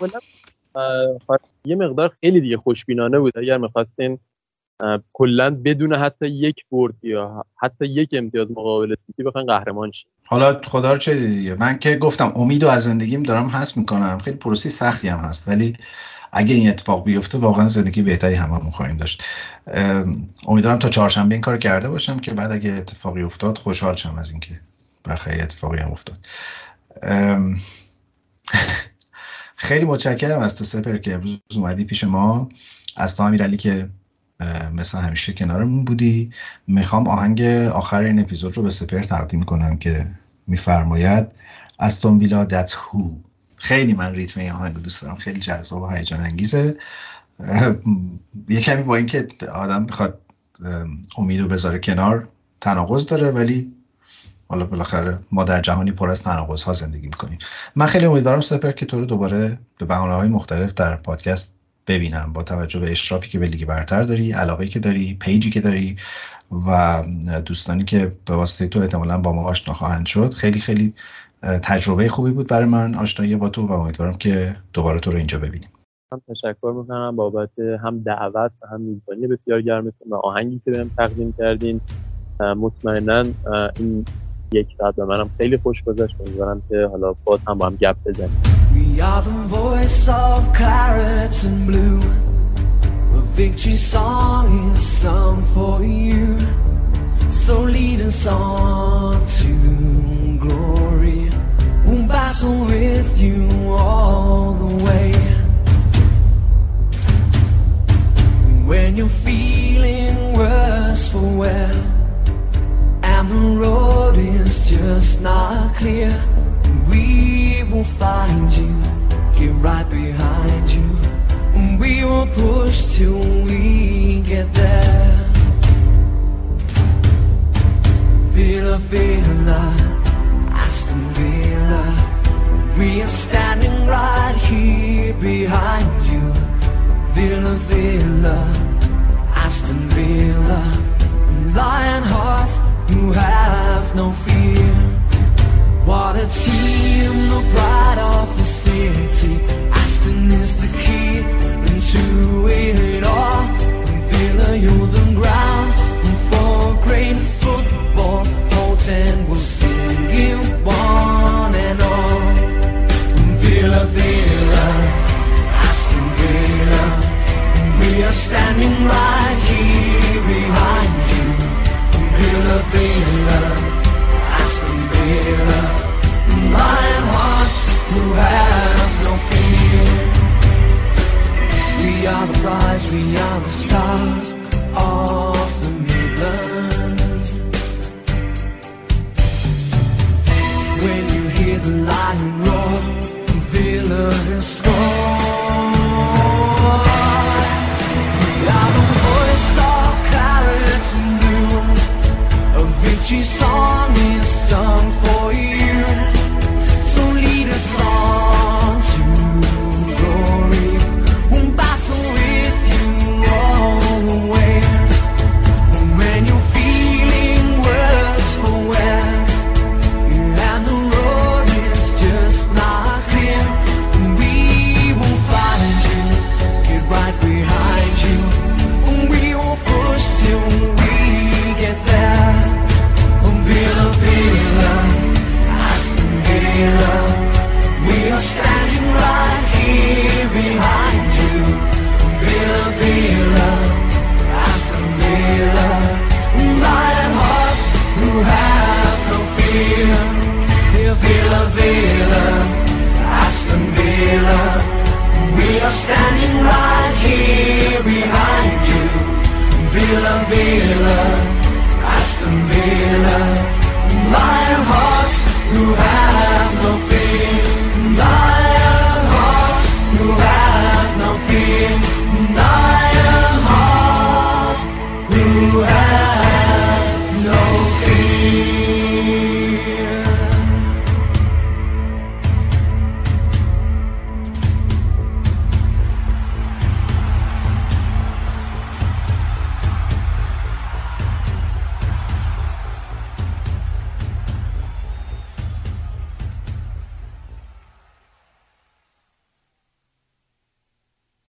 یه مقدار خیلی دیگه خوشبینانه بود اگر می‌خواستین کلا بدون حتی یک برد یا حتی یک امتیاز مقابل سیتی بخواین قهرمان شید. حالا خدا رو چه دیگه، من که گفتم امیدو از زندگیم دارم حذف میکنم. خیلی پروسه سختی هم هست ولی اگه این اتفاق بیفته واقعا زندگی بهتری هممون خواهیم داشت. امیدوارم تا چهارشنبه این کار کرده باشم که بعد اگه اتفاقی افتاد خوشحال شم از اینکه برخی اتفاقی هم افتاد. خیلی متشکرم از تو سپر که امروز اومدی پیش ما، از تو امیرعلی که مثل همیشه کنارمون بودی. میخوام آهنگ آخر این اپیزود رو به سپر تقدیم کنم که میفرماید استون ویلا دتس هو. خیلی من ریتم این آهنگ دوست دارم، خیلی جذاب و هیجان انگیزه. یه کمی با اینکه آدم میخواد امیدو بذاره کنار تناقض داره، ولی حالا بالاخره ما در جهانی پر از تناقض‌ها زندگی میکنیم. من خیلی امیدوارم سپر که تو رو دوباره به بهانه‌های مختلف در پادکست ببینم، با توجه به اشرافی که به لیگ برتر داری، علاقه‌ای که داری، پیجی که داری و دوستانی که به واسطه تو احتمالاً با ما آشنا خواهند شد. خیلی خیلی تجربه خوبی بود برای من آشنایی با تو و امیدوارم که دوباره تو رو اینجا ببینیم. من تشکر میکنم بابت هم دعوت و هم میزبانی بسیار گرمتون و آهنگی که بهم تقدیم کردین. مطمئناً این یک ساعت به منم خیلی خوش گذشت. امیدوارم که حالا باز هم با هم گپ بزنیم. We are the voice of claret and blue. A victory song is sung for you. So lead us on to glory. We'll battle with you all the way. When you're feeling worse for wear and the road is just not clear, we will find you, here right behind you. We will push till we get there. Villa, Villa, Aston Villa. We are standing right here behind you. Villa, Villa, Aston Villa. Lion hearts who have no fear. What a team, the pride of the city. Aston is the key into it all. Villa, you're the ground for great football. Holton will sing you one and all. Villa, Villa, Aston Villa. We are standing right here behind you. Villa, Villa, Aston Villa. Lion hearts who have no fear. We are the prize, we are the stars of the Midlands. When you hear the lion roar, Villa has scored. We are the voice of claret and blue. A victory song is sung for you. So lead us on to glory. We'll battle with you all the way. When you're feeling worse for wear, and the road is just not clear, we will find you, get right behind you. We will push till we get there. Villa, Villa, Aston Villa. We are standing right here behind you. Villa, Villa, Aston Villa. Lion hearts who have no fear. Villa, Villa, Aston Villa. We are standing right here behind you. Villa, Villa, Aston Villa. Lion hearts who have